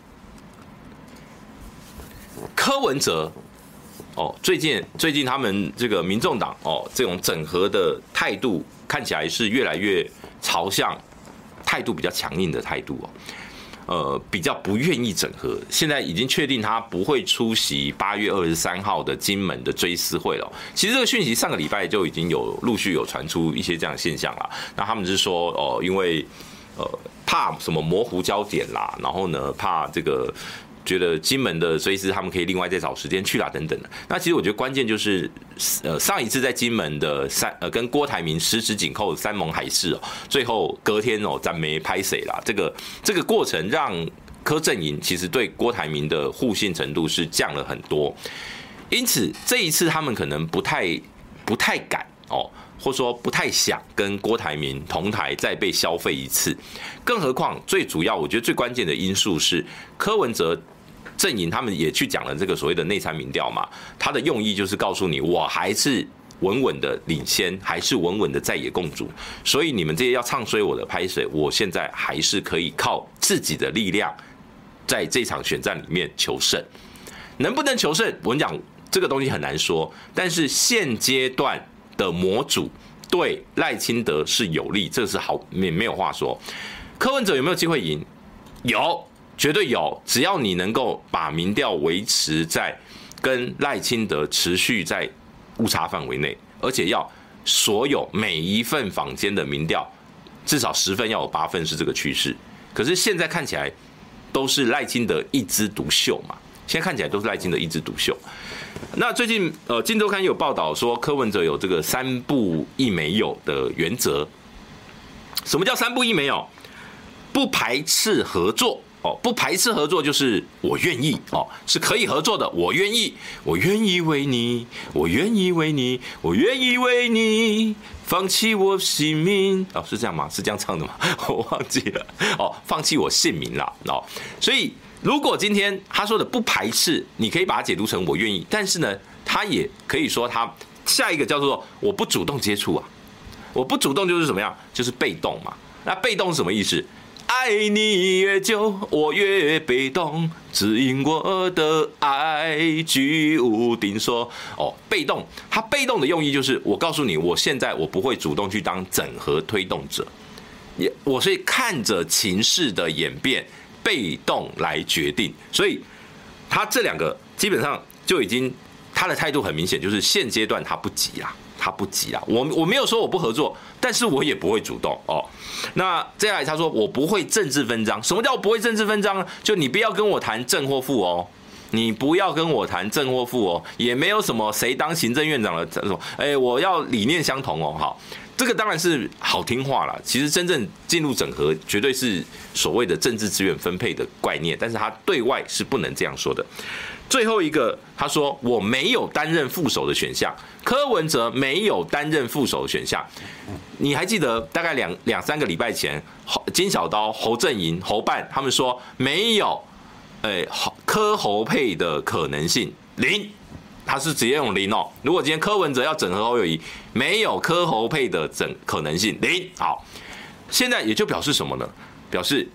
柯文哲哦，最近他们这个民众党哦，这种整合的态度看起来是越来越朝向态度比较强硬的态度哦，比较不愿意整合。现在已经确定他不会出席8月23号的金门的追思会了。其实这个讯息上个礼拜就已经陆续有传出一些这样的现象了。那他们是说哦，因为怕什么模糊焦点啦，然后呢怕这个觉得金门的追思他们可以另外再找时间去啦等等的。那其实我觉得关键就是上一次在金门的跟郭台铭十指紧扣三盟海誓哦，最后隔天哦咱没拍谁啦，这个过程让柯阵营其实对郭台铭的互信程度是降了很多，因此这一次他们可能不太敢哦，或者说不太想跟郭台铭同台再被消费一次。更何况最主要我觉得最关键的因素是柯文哲阵营他们也去讲了这个所谓的内参民调嘛，他的用意就是告诉你我还是稳稳的领先，还是稳稳的在野共主，所以你们这些要唱衰我的拍谁，我现在还是可以靠自己的力量在这场选战里面求胜。能不能求胜我跟你讲这个东西很难说，但是现阶段的模组对赖清德是有利，这是好没有话说。柯文哲有没有机会赢？有，绝对有，只要你能够把民调维持在跟赖清德持续在误差范围内，而且要所有每一份坊间的民调至少10份要有8份是这个趋势。可是现在看起来都是赖清德一枝独秀嘛，现在看起来都是赖清德一枝独秀。那最近《镜周刊》有报道说，柯文哲有这个3不1没有的原则。什么叫3不1没有？不排斥合作哦，不排斥合作就是我愿意哦，是可以合作的，我愿意，我愿意为你，我愿意为你，我愿意为你放弃我性命哦，是这样吗？是这样唱的吗？我忘记了哦，放弃我性命啦哦，所以。如果今天他说的不排斥，你可以把它解读成我愿意，但是呢，他也可以说他下一个叫做我不主动接触啊，我不主动就是怎么样，就是被动嘛。那被动是什么意思？爱你越久，我越被动，只因我的爱居无定所。哦，被动，他被动的用意就是我告诉你，我现在我不会主动去当整合推动者，我是看着情势的演变。被动来决定，所以他这两个基本上就已经他的态度很明显，就是现阶段他不急啦，他不急啦。我没有说我不合作，但是我也不会主动哦。那接下来他说我不会政治分赃，什么叫我不会政治分赃呢？就你不要跟我谈正或负哦，你不要跟我谈正或负哦，也没有什么谁当行政院长的这种，我要理念相同哦，好。这个当然是好听话啦，其实真正进入整合，绝对是所谓的政治资源分配的概念，但是他对外是不能这样说的。最后一个，他说我没有担任副手的选项，柯文哲没有担任副手的选项。你还记得大概两三个礼拜前，金小刀、侯阵营、侯办他们说没有，柯侯配的可能性0。他是直接用0哦。如果今天柯文哲要整合侯友宜，没有柯侯配的可能性0。好，现在也就表示什么呢？表示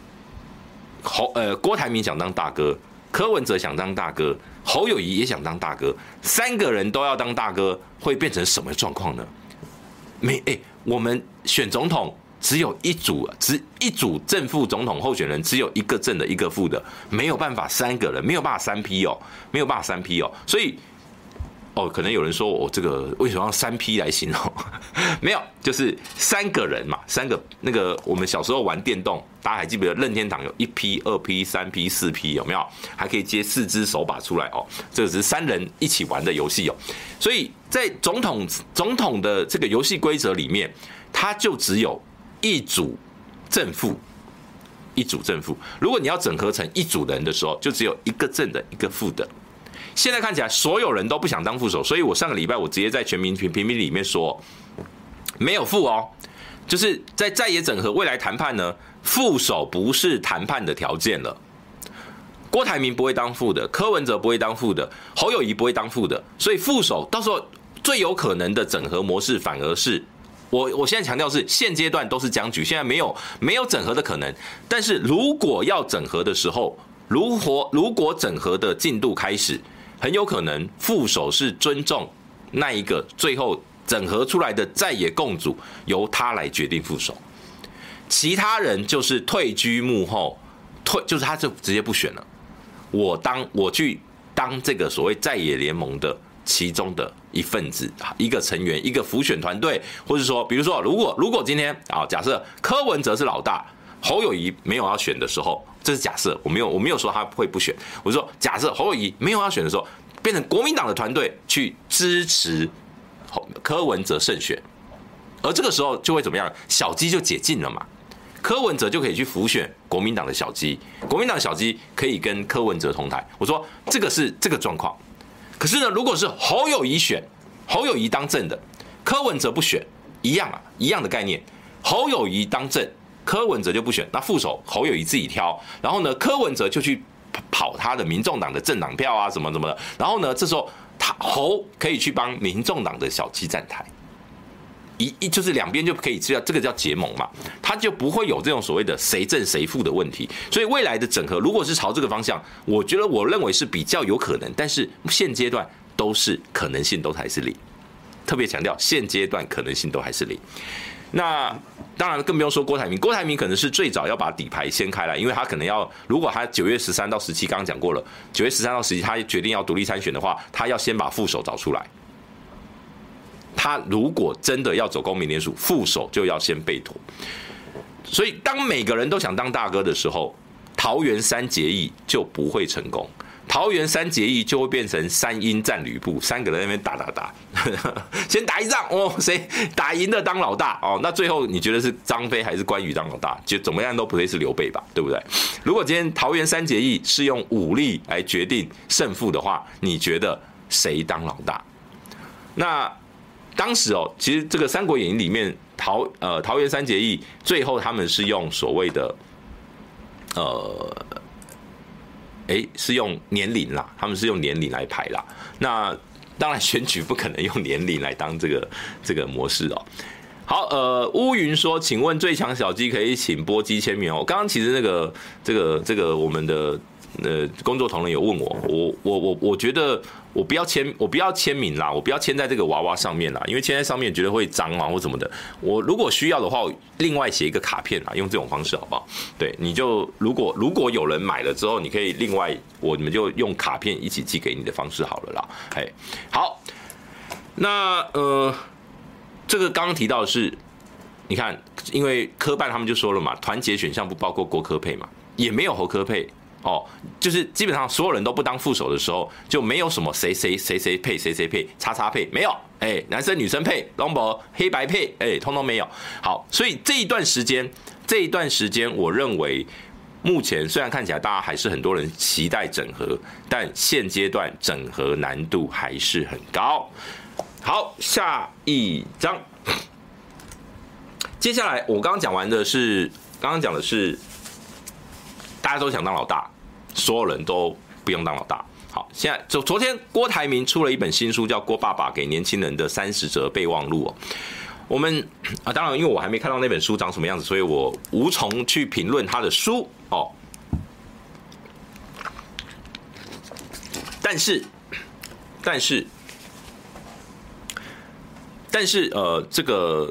郭台铭想当大哥，柯文哲想当大哥，侯友宜也想当大哥，3个人都要当大哥，会变成什么状况呢？ 我们选总统只有一组正副总统候选人，只有一个正的，一个副的，没有办法3个人，没有办法3批哦，没有办法3批哦，所以。可能有人说我这个为什么要3批来形容？没有，就是3个人嘛，3个那个我们小时候玩电动，大家还记不记得任天堂有1批、2批、3批、4批，有没有？还可以接4只手把出来哦，这个只是3人一起玩的游戏哦。所以在总统的这个游戏规则里面，它就只有一组正副。如果你要整合成一组人的时候，就只有一个正的，一个副的。现在看起来所有人都不想当副手，所以我上个礼拜我直接在全民评评里面说，没有副哦，就是在野整合未来谈判呢，副手不是谈判的条件了。郭台铭不会当副的，柯文哲不会当副的，侯友宜不会当副的，所以副手到时候最有可能的整合模式反而是我现在强调是现阶段都是僵局，现在没有整合的可能，但是如果要整合的时候，如果整合的进度开始。很有可能副手是尊重那一个最后整合出来的在野共主，由他来决定副手，其他人就是退居幕后，就是他就直接不选了。我去当这个所谓在野联盟的其中的一份子，一个成员，一个辅选团队，或者说，比如说，如果今天假设柯文哲是老大，侯友宜没有要选的时候。这是假设，我没有说他会不选，我说假设侯友宜没有要选的时候，变成国民党的团队去支持柯文哲胜选，而这个时候就会怎么样？小鸡就解禁了嘛，柯文哲就可以去辅选国民党的小鸡，国民党小鸡可以跟柯文哲同台。我说这个是这个状况，可是呢，如果是侯友宜选，侯友宜当正的，柯文哲不选，一样的概念，侯友宜当正。柯文哲就不选，那副手侯友宜自己挑，然后呢，柯文哲就去跑他的民众党的政党票啊，什么的，然后呢，这时候侯可以去帮民众党的小鸡站台，就是两边就可以知道这个叫结盟嘛，他就不会有这种所谓的谁正谁负的问题，所以未来的整合如果是朝这个方向，我认为是比较有可能，但是现阶段都是可能性都还是零，特别强调现阶段可能性都还是零。那当然更不用说郭台铭可能是最早要把底牌掀开来，因为他可能要，如果他9月13到17刚刚讲过了，9月13到17他决定要独立参选的话，他要先把副手找出来。他如果真的要走公民联署，副手就要先备妥。所以当每个人都想当大哥的时候，桃园3结义就不会成功。桃园3结义就会变成3英战吕布，3个人在那边打，先打一仗哦，谁打赢的当老大哦，那最后你觉得是张飞还是关羽当老大？就怎么样都不会是刘备吧，对不对？如果今天桃园3结义是用武力来决定胜负的话，你觉得谁当老大？那当时其实这个《三国演义》里面桃园3结义，最后他们是用所谓的是用年龄啦，他们是用年龄来排啦。那当然选举不可能用年龄来当这个模式哦。好，乌云说，请问最强小鸡可以请波基签名哦。刚刚其实这个我们的工作同仁有问我觉得我不要签名啦，我不要签在这个娃娃上面啦，因为签在上面觉得会脏啊或什么的。我如果需要的话，我另外写一个卡片啦，用这种方式好不好？对，你就如果有人买了之后，你可以另外我们就用卡片一起寄给你的方式好了啦。嘿，好，那这个刚刚提到的是，你看，因为科办他们就说了嘛，团结选项不包括郭科配嘛，也没有侯科配。就是基本上所有人都不当副手的时候，就没有什么谁配谁配叉叉配，没有，男生女生配，龙博黑白配，通通没有。好，所以这一段时间，我认为目前虽然看起来大家还是很多人期待整合，但现阶段整合难度还是很高。好，下一章，接下来我刚刚讲的是大家都想当老大。所有人都不用当老大。好，现在昨天郭台铭出了一本新书，叫《郭爸爸给年轻人的30则备忘录》哦。我们当然因为我还没看到那本书长什么样子，所以我无从去评论他的书哦。但但是这个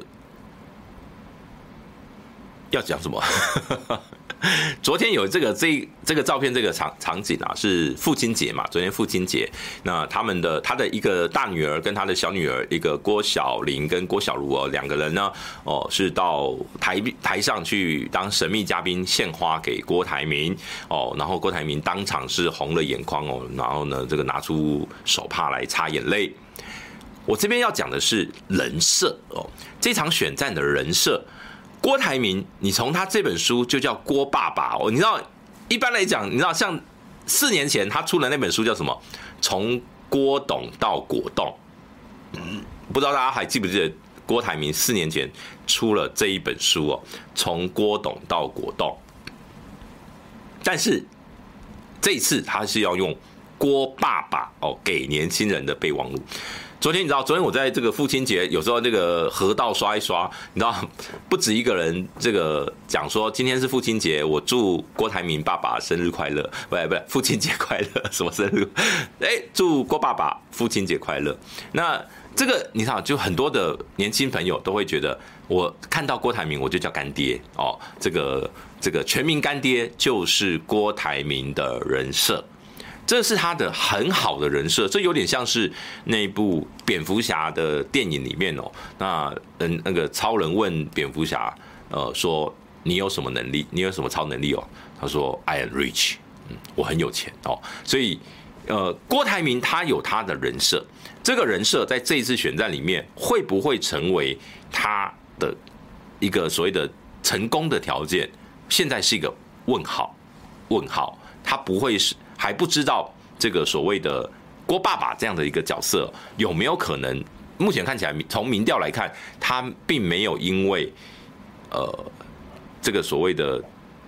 要讲什么？昨天有这个照片，这个场景啊，是父亲节嘛？昨天父亲节，那他的一个大女儿跟他的小女儿，一个郭小玲跟郭小茹两个人呢，是到台上去当神秘嘉宾献花给郭台铭然后郭台铭当场是红了眼眶然后呢，这个拿出手帕来擦眼泪。我这边要讲的是人设这场选战的人设。郭台铭，你从他这本书就叫郭爸爸你知道，一般来讲，你知道像4年前他出的那本书叫什么？从郭董到果冻。不知道大家还记不记得郭台铭4年前出了这一本书从郭董到果冻。但是这一次他是要用郭爸爸给年轻人的备忘录。昨天我在这个父亲节，有时候这个河道刷一刷，你知道不止一个人这个讲说今天是父亲节，我祝郭台铭爸爸生日快乐，不父亲节快乐，什么生日？祝郭爸爸父亲节快乐。那这个你看，就很多的年轻朋友都会觉得，我看到郭台铭我就叫干爹这个全民干爹就是郭台铭的人设。这是他的很好的人设，这有点像是那部蝙蝠侠的电影里面那个超人问蝙蝠侠说你有什么能力？你有什么超能力他说 I am rich， 我很有钱所以郭台铭他有他的人设，这个人设在这一次选战里面会不会成为他的一个所谓的成功的条件？现在是一个问号，他不会是。还不知道这个所谓的郭爸爸这样的一个角色有没有可能？目前看起来，从民调来看，他并没有因为这个所谓的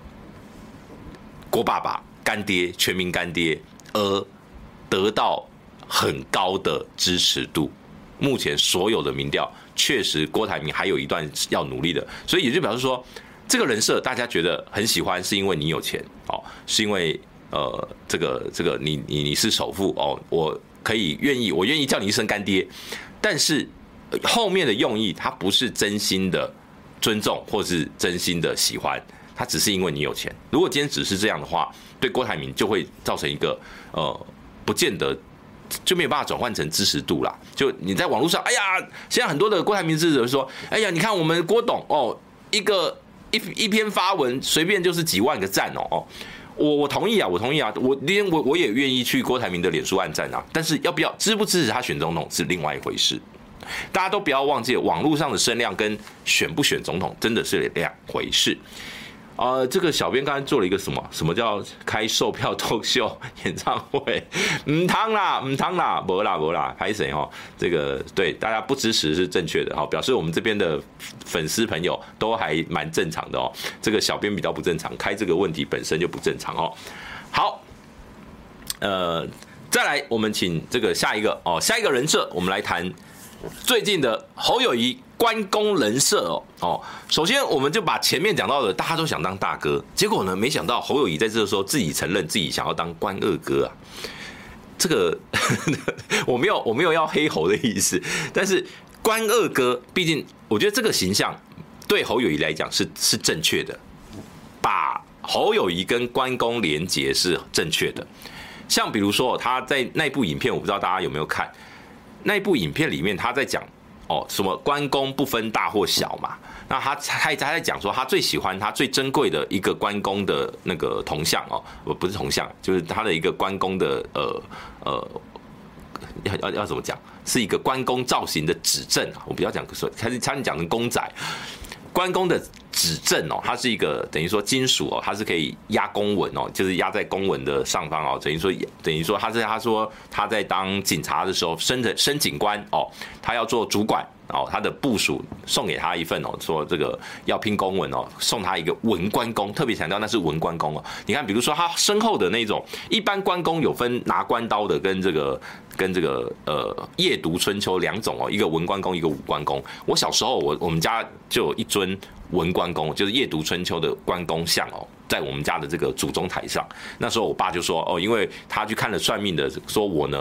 郭爸爸干爹、全民干爹而得到很高的支持度。目前所有的民调确实，郭台铭还有一段要努力的，所以也就表示说，这个人设大家觉得很喜欢，是因为你有钱是因为。这个你是首富我愿意叫你一声干爹，但是后面的用意，他不是真心的尊重或是真心的喜欢，他只是因为你有钱。如果今天只是这样的话，对郭台铭就会造成一个不见得就没有办法转换成支持度啦。就你在网络上，哎呀，现在很多的郭台铭支持者说，哎呀，你看我们郭董一篇发文随便就是几万个赞我同意啊，我也愿意去郭台铭的脸书按赞啊，但是要不要支不支持他选总统是另外一回事。大家都不要忘记，网络上的声量跟选不选总统真的是两回事。这个小编刚才做了一个什么叫开售票脱秀演唱会？唔汤啦，没啦，拍谁这个对大家不支持是正确的表示我们这边的粉丝朋友都还蛮正常的这个小编比较不正常，开这个问题本身就不正常好，再来我们请这个下一个人设，我们来谈最近的侯友宜。关公人设首先我们就把前面讲到的，大家都想当大哥，结果呢，没想到侯友宜在这个时候自己承认自己想要当关二哥啊。这个我没有要黑侯的意思，但是关二哥，毕竟我觉得这个形象对侯友宜来讲是正确的，把侯友宜跟关公连结是正确的。像比如说他在那部影片，我不知道大家有没有看，那部影片里面他在讲。什么关公不分大或小嘛？那他在讲说，他最喜欢他最珍贵的一个关公的那个铜像不是铜像，就是他的一个关公的要怎么讲？是一个关公造型的指阵我不要讲说，他讲成公仔。关公的指阵它是一个等于说金属它是可以压公文就是压在公文的上方等于说他说他在当警察的时候升警官他要做主管他的部属送给他一份说这个要拼公文送他一个文关公，特别强调那是文关公你看，比如说他身后的那种，一般关公有分拿关刀的跟这个夜读春秋两种一个文关公，一个武关公。我小时候我们家就有一尊文关公，就是夜读春秋的关公像在我们家的这个祖宗台上。那时候我爸就说因为他去看了算命的，说我呢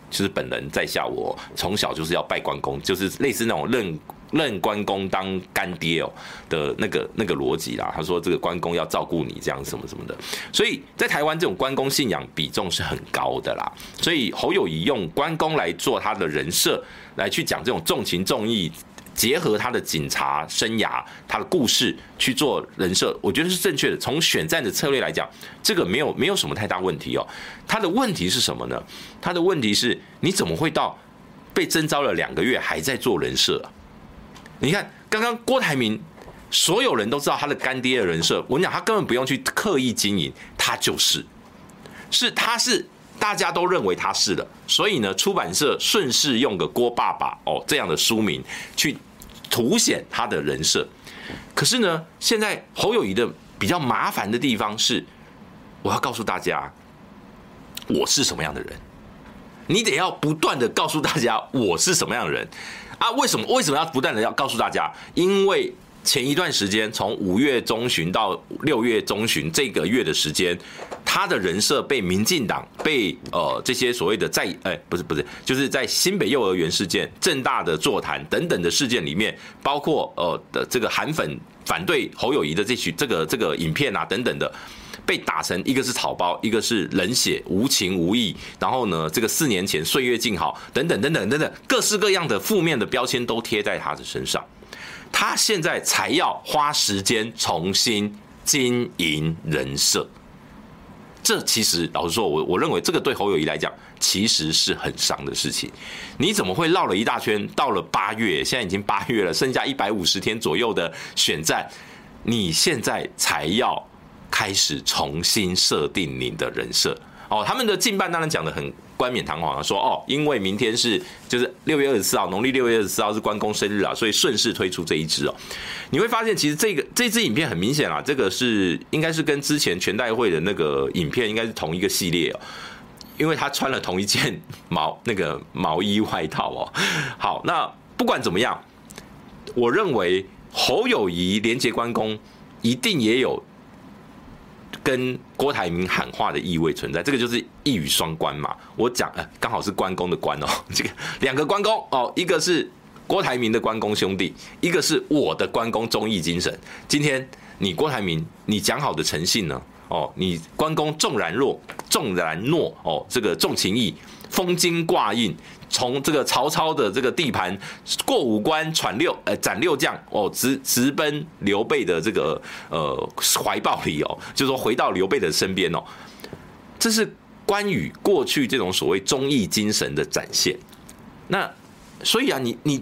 就是本人在下，我从小就是要拜关公，就是类似那种认关公当干爹的那个逻辑啦。他说这个关公要照顾你这样什么什么的，所以在台湾这种关公信仰比重是很高的啦。所以侯友宜用关公来做他的人设，来去讲这种重情重义。结合他的警察生涯、他的故事去做人设，我觉得是正确的。从选战的策略来讲，这个没有什么太大问题哦。他的问题是什么呢？他的问题是你怎么会到被征召了2个月还在做人设啊？你看刚刚郭台铭，所有人都知道他的干爹的人设，我跟你讲，他根本不用去刻意经营，他他是。大家都认为他是的，所以呢，出版社顺势用个郭爸爸这样的书名去凸显他的人设。可是呢，现在侯友宜的比较麻烦的地方是，我要告诉大家我是什么样的人，你得要不断的告诉大家我是什么样的人啊？为什么要不断的要告诉大家？因为前一段时间，从5月中旬到6月中旬这个月的时间，他的人设被民进党被这些所谓的不是，就是在新北幼儿园事件、政大的座谈等等的事件里面，包括的这个韩粉反对侯友宜的这个影片啊等等的，被打成一个是草包，一个是冷血无情无义，然后呢，这个4年前岁月静好等等各式各样的负面的标签都贴在他的身上。他现在才要花时间重新经营人设，这其实老实说，我认为这个对侯友宜来讲其实是很伤的事情。你怎么会绕了一大圈，到了8月，现在已经8月了，剩下150天左右的选战，你现在才要开始重新设定你的人设他们的竞办当然讲得很冠冕堂皇说因为明天就是6月24号，农历6月24号是关公生日啊，所以顺势推出这一支你会发现其实这支影片很明显这个应该是跟之前全代会的那个影片应该是同一个系列因为他穿了同一件毛衣外套好，那不管怎么样，我认为侯友宜连结关公一定也有跟郭台铭喊话的意味存在，这个就是一语双关嘛。我讲刚好是关公的关这个2个关公一个是郭台铭的关公兄弟，一个是我的关公忠义精神。今天你郭台铭，你讲好的诚信呢？你关公纵然诺这个重情义，封金挂印。从这个曹操的这个地盘过5关斩6将直奔刘备的这个怀抱里就是说回到刘备的身边这是关羽过去这种所谓忠义精神的展现。那所以你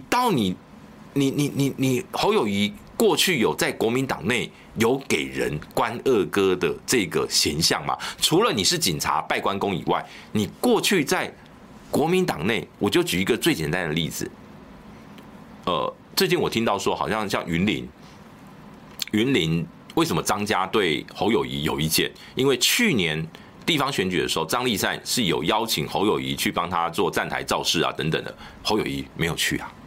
侯友宜过去有在国民党内有给人关二哥的这个形象吗？除了你是警察拜关公以外，你过去在国民党内，我就举一个最简单的例子。最近我听到说，好像像云林为什么张家对侯友宜有意见？因为去年地方选举的时候，张丽善是有邀请侯友宜去帮他做站台造势啊等等的，侯友宜没有去啊。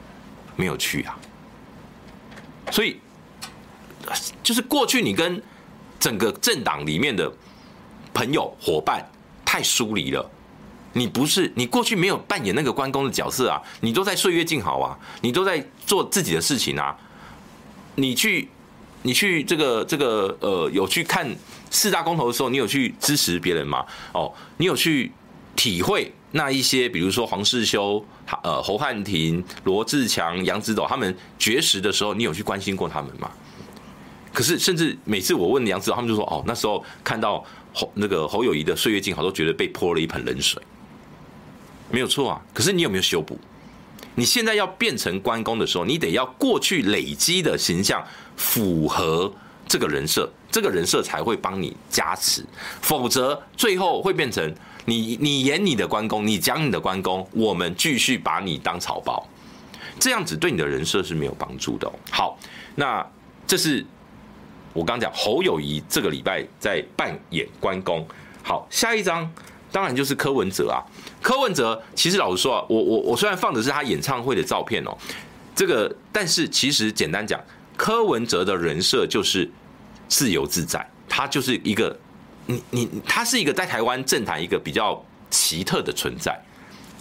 所以就是过去你跟整个政党里面的朋友伙伴太疏离了。你过去没有扮演那个关公的角色啊，你都在岁月静好啊，你都在做自己的事情啊。你去这个有去看4大公投的时候，你有去支持别人吗？你有去体会那一些，比如说黄世修、侯汉廷、罗志强、杨子斗他们绝食的时候，你有去关心过他们吗？可是甚至每次我问杨子斗，他们就说那时候看到侯友宜的岁月静好，都觉得被泼了一盆冷水。没有错啊，可是你有没有修补？你现在要变成关公的时候，你得要过去累积的形象符合这个人设，这个人设才会帮你加持，否则最后会变成你演你的关公，你讲你的关公，我们继续把你当草包，这样子对你的人设是没有帮助的好，那这是我刚讲侯友宜这个礼拜在扮演关公。好，下一张当然就是柯文哲啊。柯文哲其实老实说我虽然放的是他演唱会的照片但是其实简单讲，柯文哲的人设就是自由自在，他就是一个他是一个在台湾政坛一个比较奇特的存在。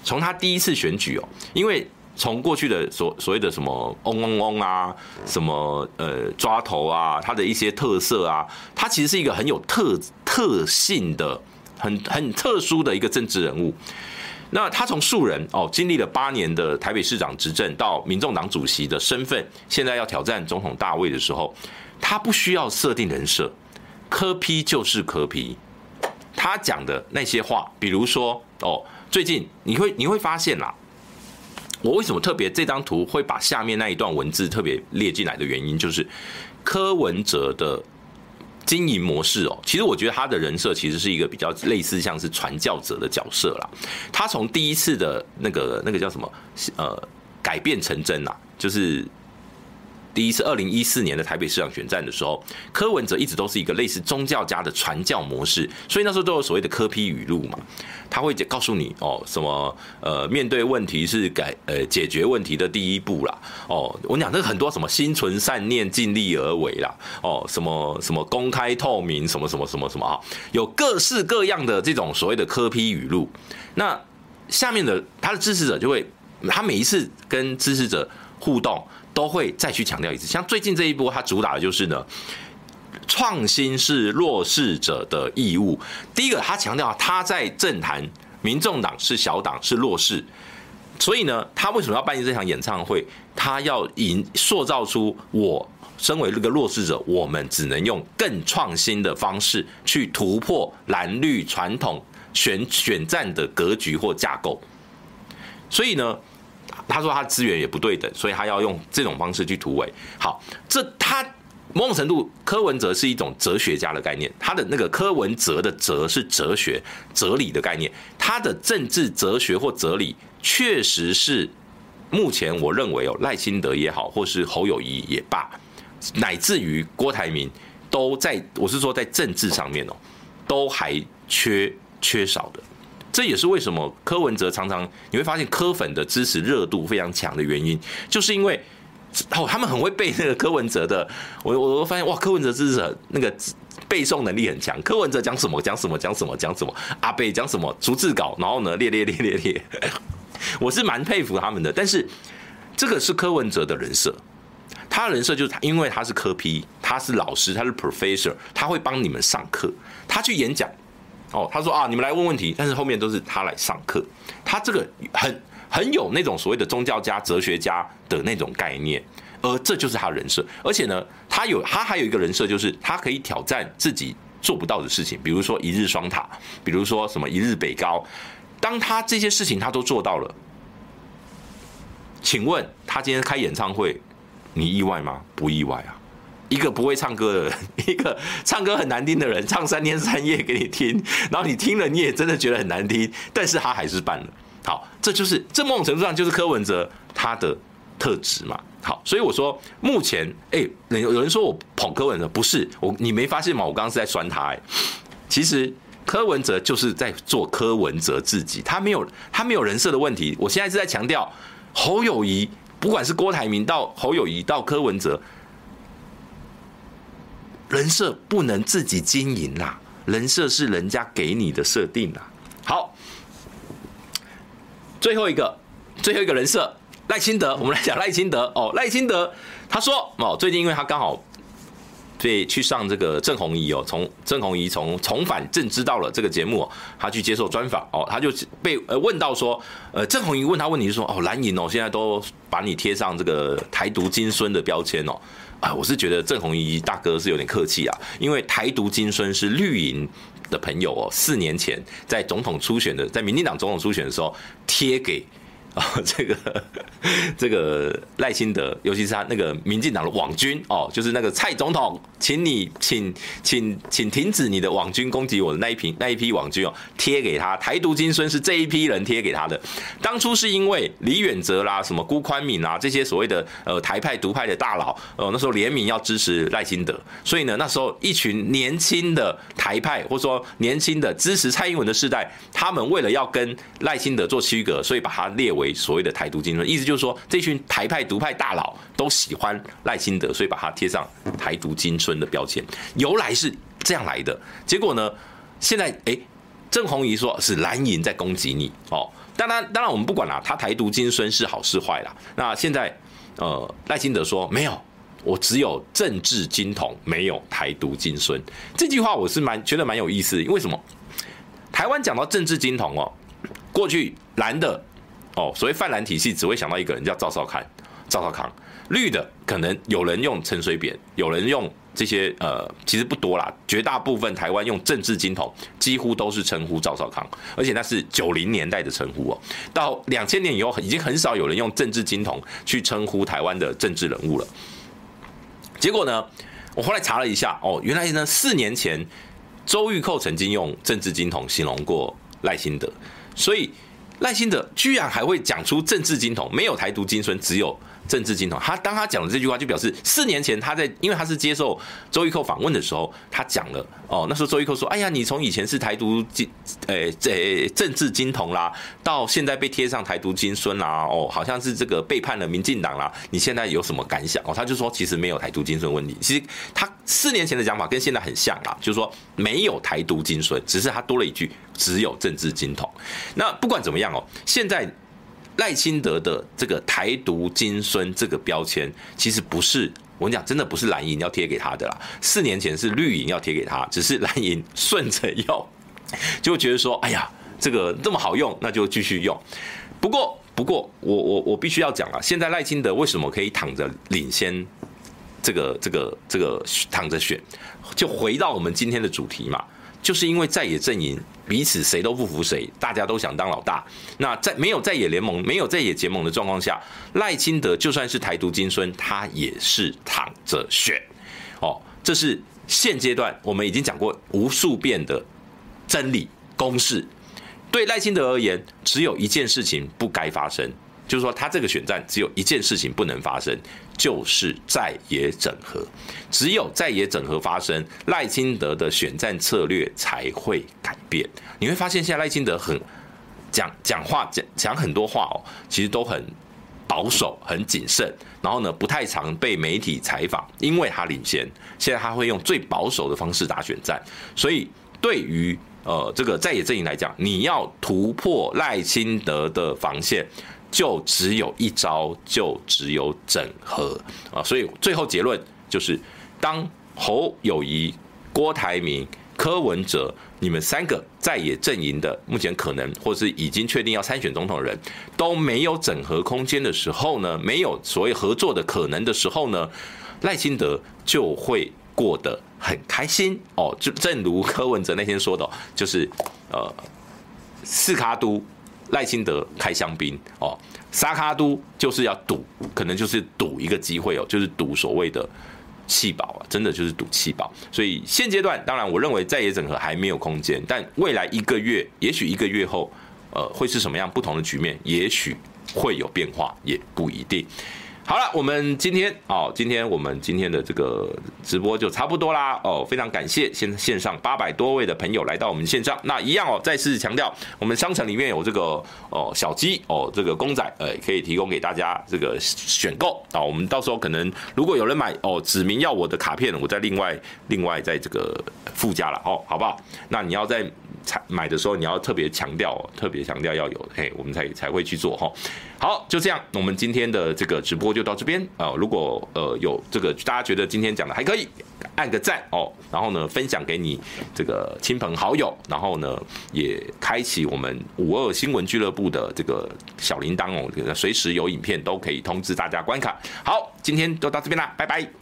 从他第一次选举哦，因为从过去的所谓的什么嗡嗡嗡啊，什么抓头啊，他的一些特色啊，他其实是一个很有特性的、很特殊的一个政治人物。那他从素人哦，经历了8年的台北市长执政，到民众党主席的身份，现在要挑战总统大位的时候，他不需要设定人设，柯 P 就是柯 P。他讲的那些话，比如说哦，最近你会发现啦，我为什么特别这张图会把下面那一段文字特别列进来的原因，就是柯文哲的经营模式哦，其实我觉得他的人设其实是一个比较类似像是传教者的角色啦。他从第一次的那个叫什么改变成真啦，就是第一次2014年的台北市长选战的时候，柯文哲一直都是一个类似宗教家的传教模式，所以那时候都有所谓的柯 P 语录嘛，他会告诉你哦，什么面对问题是解决问题的第一步啦，哦，我讲这个很多什么心存善念，尽力而为啦，哦，什么公开透明，什么啊，有各式各样的这种所谓的柯 P 语录，那下面的他的支持者就会，他每一次跟支持者互动，都会再去强调一次。像最近这一波，他主打的就是呢，创新是弱势者的义务。第一个，他强调他在政坛，民众党是小党，是弱势，所以呢，他为什么要办这场演唱会？他要塑造出我身为这个弱势者，我们只能用更创新的方式去突破蓝绿传统选战的格局或架构。所以呢，他说他资源也不对等，所以他要用这种方式去突围。好，他某种程度，柯文哲是一种哲学家的概念，他的那个柯文哲的哲是哲学、哲理的概念，他的政治哲学或哲理确实是目前我认为赖清德也好，或是侯友宜也罢，乃至于郭台铭都在，我是说在政治上面都还缺少的。这也是为什么柯文哲常常你会发现柯粉的支持热度非常强的原因，就是因为他们很会背那个柯文哲的，我发现哇，柯文哲支持者那个背诵能力很强，柯文哲讲什么，阿北讲什么逐字稿，然后呢列，我是蛮佩服他们的。但是这个是柯文哲的人设，他的人设就是因为他是柯 P， 他是老师，他是 professor， 他会帮你们上课，他去演讲。哦，他说啊，你们来问问题，但是后面都是他来上课。他这个很有那种所谓的宗教家、哲学家的那种概念，而这就是他的人设。而且呢，他还有一个人设，就是他可以挑战自己做不到的事情，比如说一日双塔，比如说什么一日北高。当他这些事情他都做到了，请问他今天开演唱会，你意外吗？不意外啊。一个不会唱歌的人，一个唱歌很难听的人，唱3天3夜给你听，然后你听了你也真的觉得很难听，但是他还是办了。好，这某种程度上就是柯文哲他的特质嘛。好，所以我说目前，有人说我捧柯文哲，不是你没发现吗？我刚刚是在酸他。其实柯文哲就是在做柯文哲自己，他没有人设的问题。我现在是在强调侯友宜，不管是郭台铭到侯友宜到柯文哲。人设不能自己经营啦，人设是人家给你的设定啦。好，最后一个人设赖清德，我们来讲赖清德哦。赖清德他说哦，最近因为他刚好对去上这个郑弘仪哦，郑弘仪从重返正知道了这个节目，他去接受专访哦，他就被问到说，郑弘仪问他问题是说哦，蓝营哦现在都把你贴上这个台独金孙的标签哦。我是觉得郑弘仪大哥是有点客气啊，因为台独金孙是绿营的朋友哦，4年前在民进党总统初选的时候贴给这个赖清德，尤其是他那个民进党的网军哦，就是那个蔡总统，请停止你的网军攻击我的那一批网军哦，贴给他台独金孙是这一批人贴给他的。当初是因为李远哲啦、什么辜宽敏啊这些所谓的台派独派的大佬，那时候联名要支持赖清德，所以呢那时候一群年轻的台派或者说年轻的支持蔡英文的世代，他们为了要跟赖清德做区隔，所以把它列为所谓的台独金孙，意思就是说这群台派独派大佬都喜欢赖清德，所以把它贴上台独金孙的标签，由来是这样来的。结果呢，现在郑弘仪说是蓝营在攻击你哦， 当然我们不管啦，他台独金孙是好是坏啦。那现在赖清德说没有，我只有政治金童，没有台独金孙。这句话我是觉得蛮有意思的，因为什么？台湾讲到政治金童过去蓝的所谓泛蓝体系只会想到一个人叫赵少康，绿的可能有人用陈水扁，有人用这些其实不多啦，绝大部分台湾用政治金童几乎都是称呼赵少康，而且那是90年代的称呼到2000年以后已经很少有人用政治金童去称呼台湾的政治人物了。结果呢，我后来查了一下原来呢4年前周玉蔻曾经用政治金童形容过赖清德，所以赖清德居然还会讲出政治金童，没有台独金孙，只有政治金童。当他讲了这句话，就表示4年前因为他是接受周玉蔻访问的时候，他讲了那时候周玉蔻说：“哎呀，你从以前是台独政治金童啦，到现在被贴上台独金孙啦，好像是这个背叛了民进党啦，你现在有什么感想？”他就说其实没有台独金孙问题，其实他4年前的讲法跟现在很像啦，就是说没有台独金孙，只是他多了一句只有政治金童。那不管怎么样现在赖清德的这个台独金孙这个标签，其实不是我跟你讲，真的不是蓝营要贴给他的啦。4年前是绿营要贴给他，只是蓝营顺着用，就觉得说，哎呀，这个这么好用，那就继续用。不过我必须要讲啊，现在赖清德为什么可以躺着领先？这个躺着选，就回到我们今天的主题嘛。就是因为在野阵营彼此谁都不服谁，大家都想当老大。那在没有在野联盟、没有在野结盟的状况下，赖清德就算是台独金孙，他也是躺着选。这是现阶段我们已经讲过无数遍的真理公式。对赖清德而言，只有一件事情不该发生，就是说他这个选战只有一件事情不能发生，就是在野整合。只有在野整合发生，赖清德的选战策略才会改变。你会发现现在赖清德很讲话讲很多话其实都很保守、很谨慎，然后呢不太常被媒体采访，因为他领先。现在他会用最保守的方式打选战，所以对于这个在野阵营来讲，你要突破赖清德的防线，就只有一招，就只有整合所以最后结论就是，当侯友宜、郭台铭、柯文哲你们3个在野阵营的目前可能或是已经确定要参选总统的人都没有整合空间的时候呢，没有所谓合作的可能的时候呢，赖清德就会过得很开心就正如柯文哲那天说的就是4卡都赖清德开香槟3卡都就是要赌，可能就是赌一个机会就是赌所谓的弃保真的就是赌弃保。所以现阶段当然我认为在野整合还没有空间，但未来1个月，也许1个月后会是什么样不同的局面，也许会有变化，也不一定。好了，我们今天我们今天的这个直播就差不多啦非常感谢线上800多位的朋友来到我们线上。那一样再次强调，我们商城里面有这个小鸡这个公仔可以提供给大家这个选购我们到时候可能如果有人买指明要我的卡片，我再另外在这个附加了好不好？那你要在买的时候你要特别强调要有我们才会去做好，就这样，我们今天的这个直播就到这边如果有这个大家觉得今天讲的还可以，按个赞然后呢分享给你这个亲朋好友，然后呢也开启我们52新闻俱乐部的这个小铃铛随时有影片都可以通知大家观看。好，今天就到这边啦，拜拜。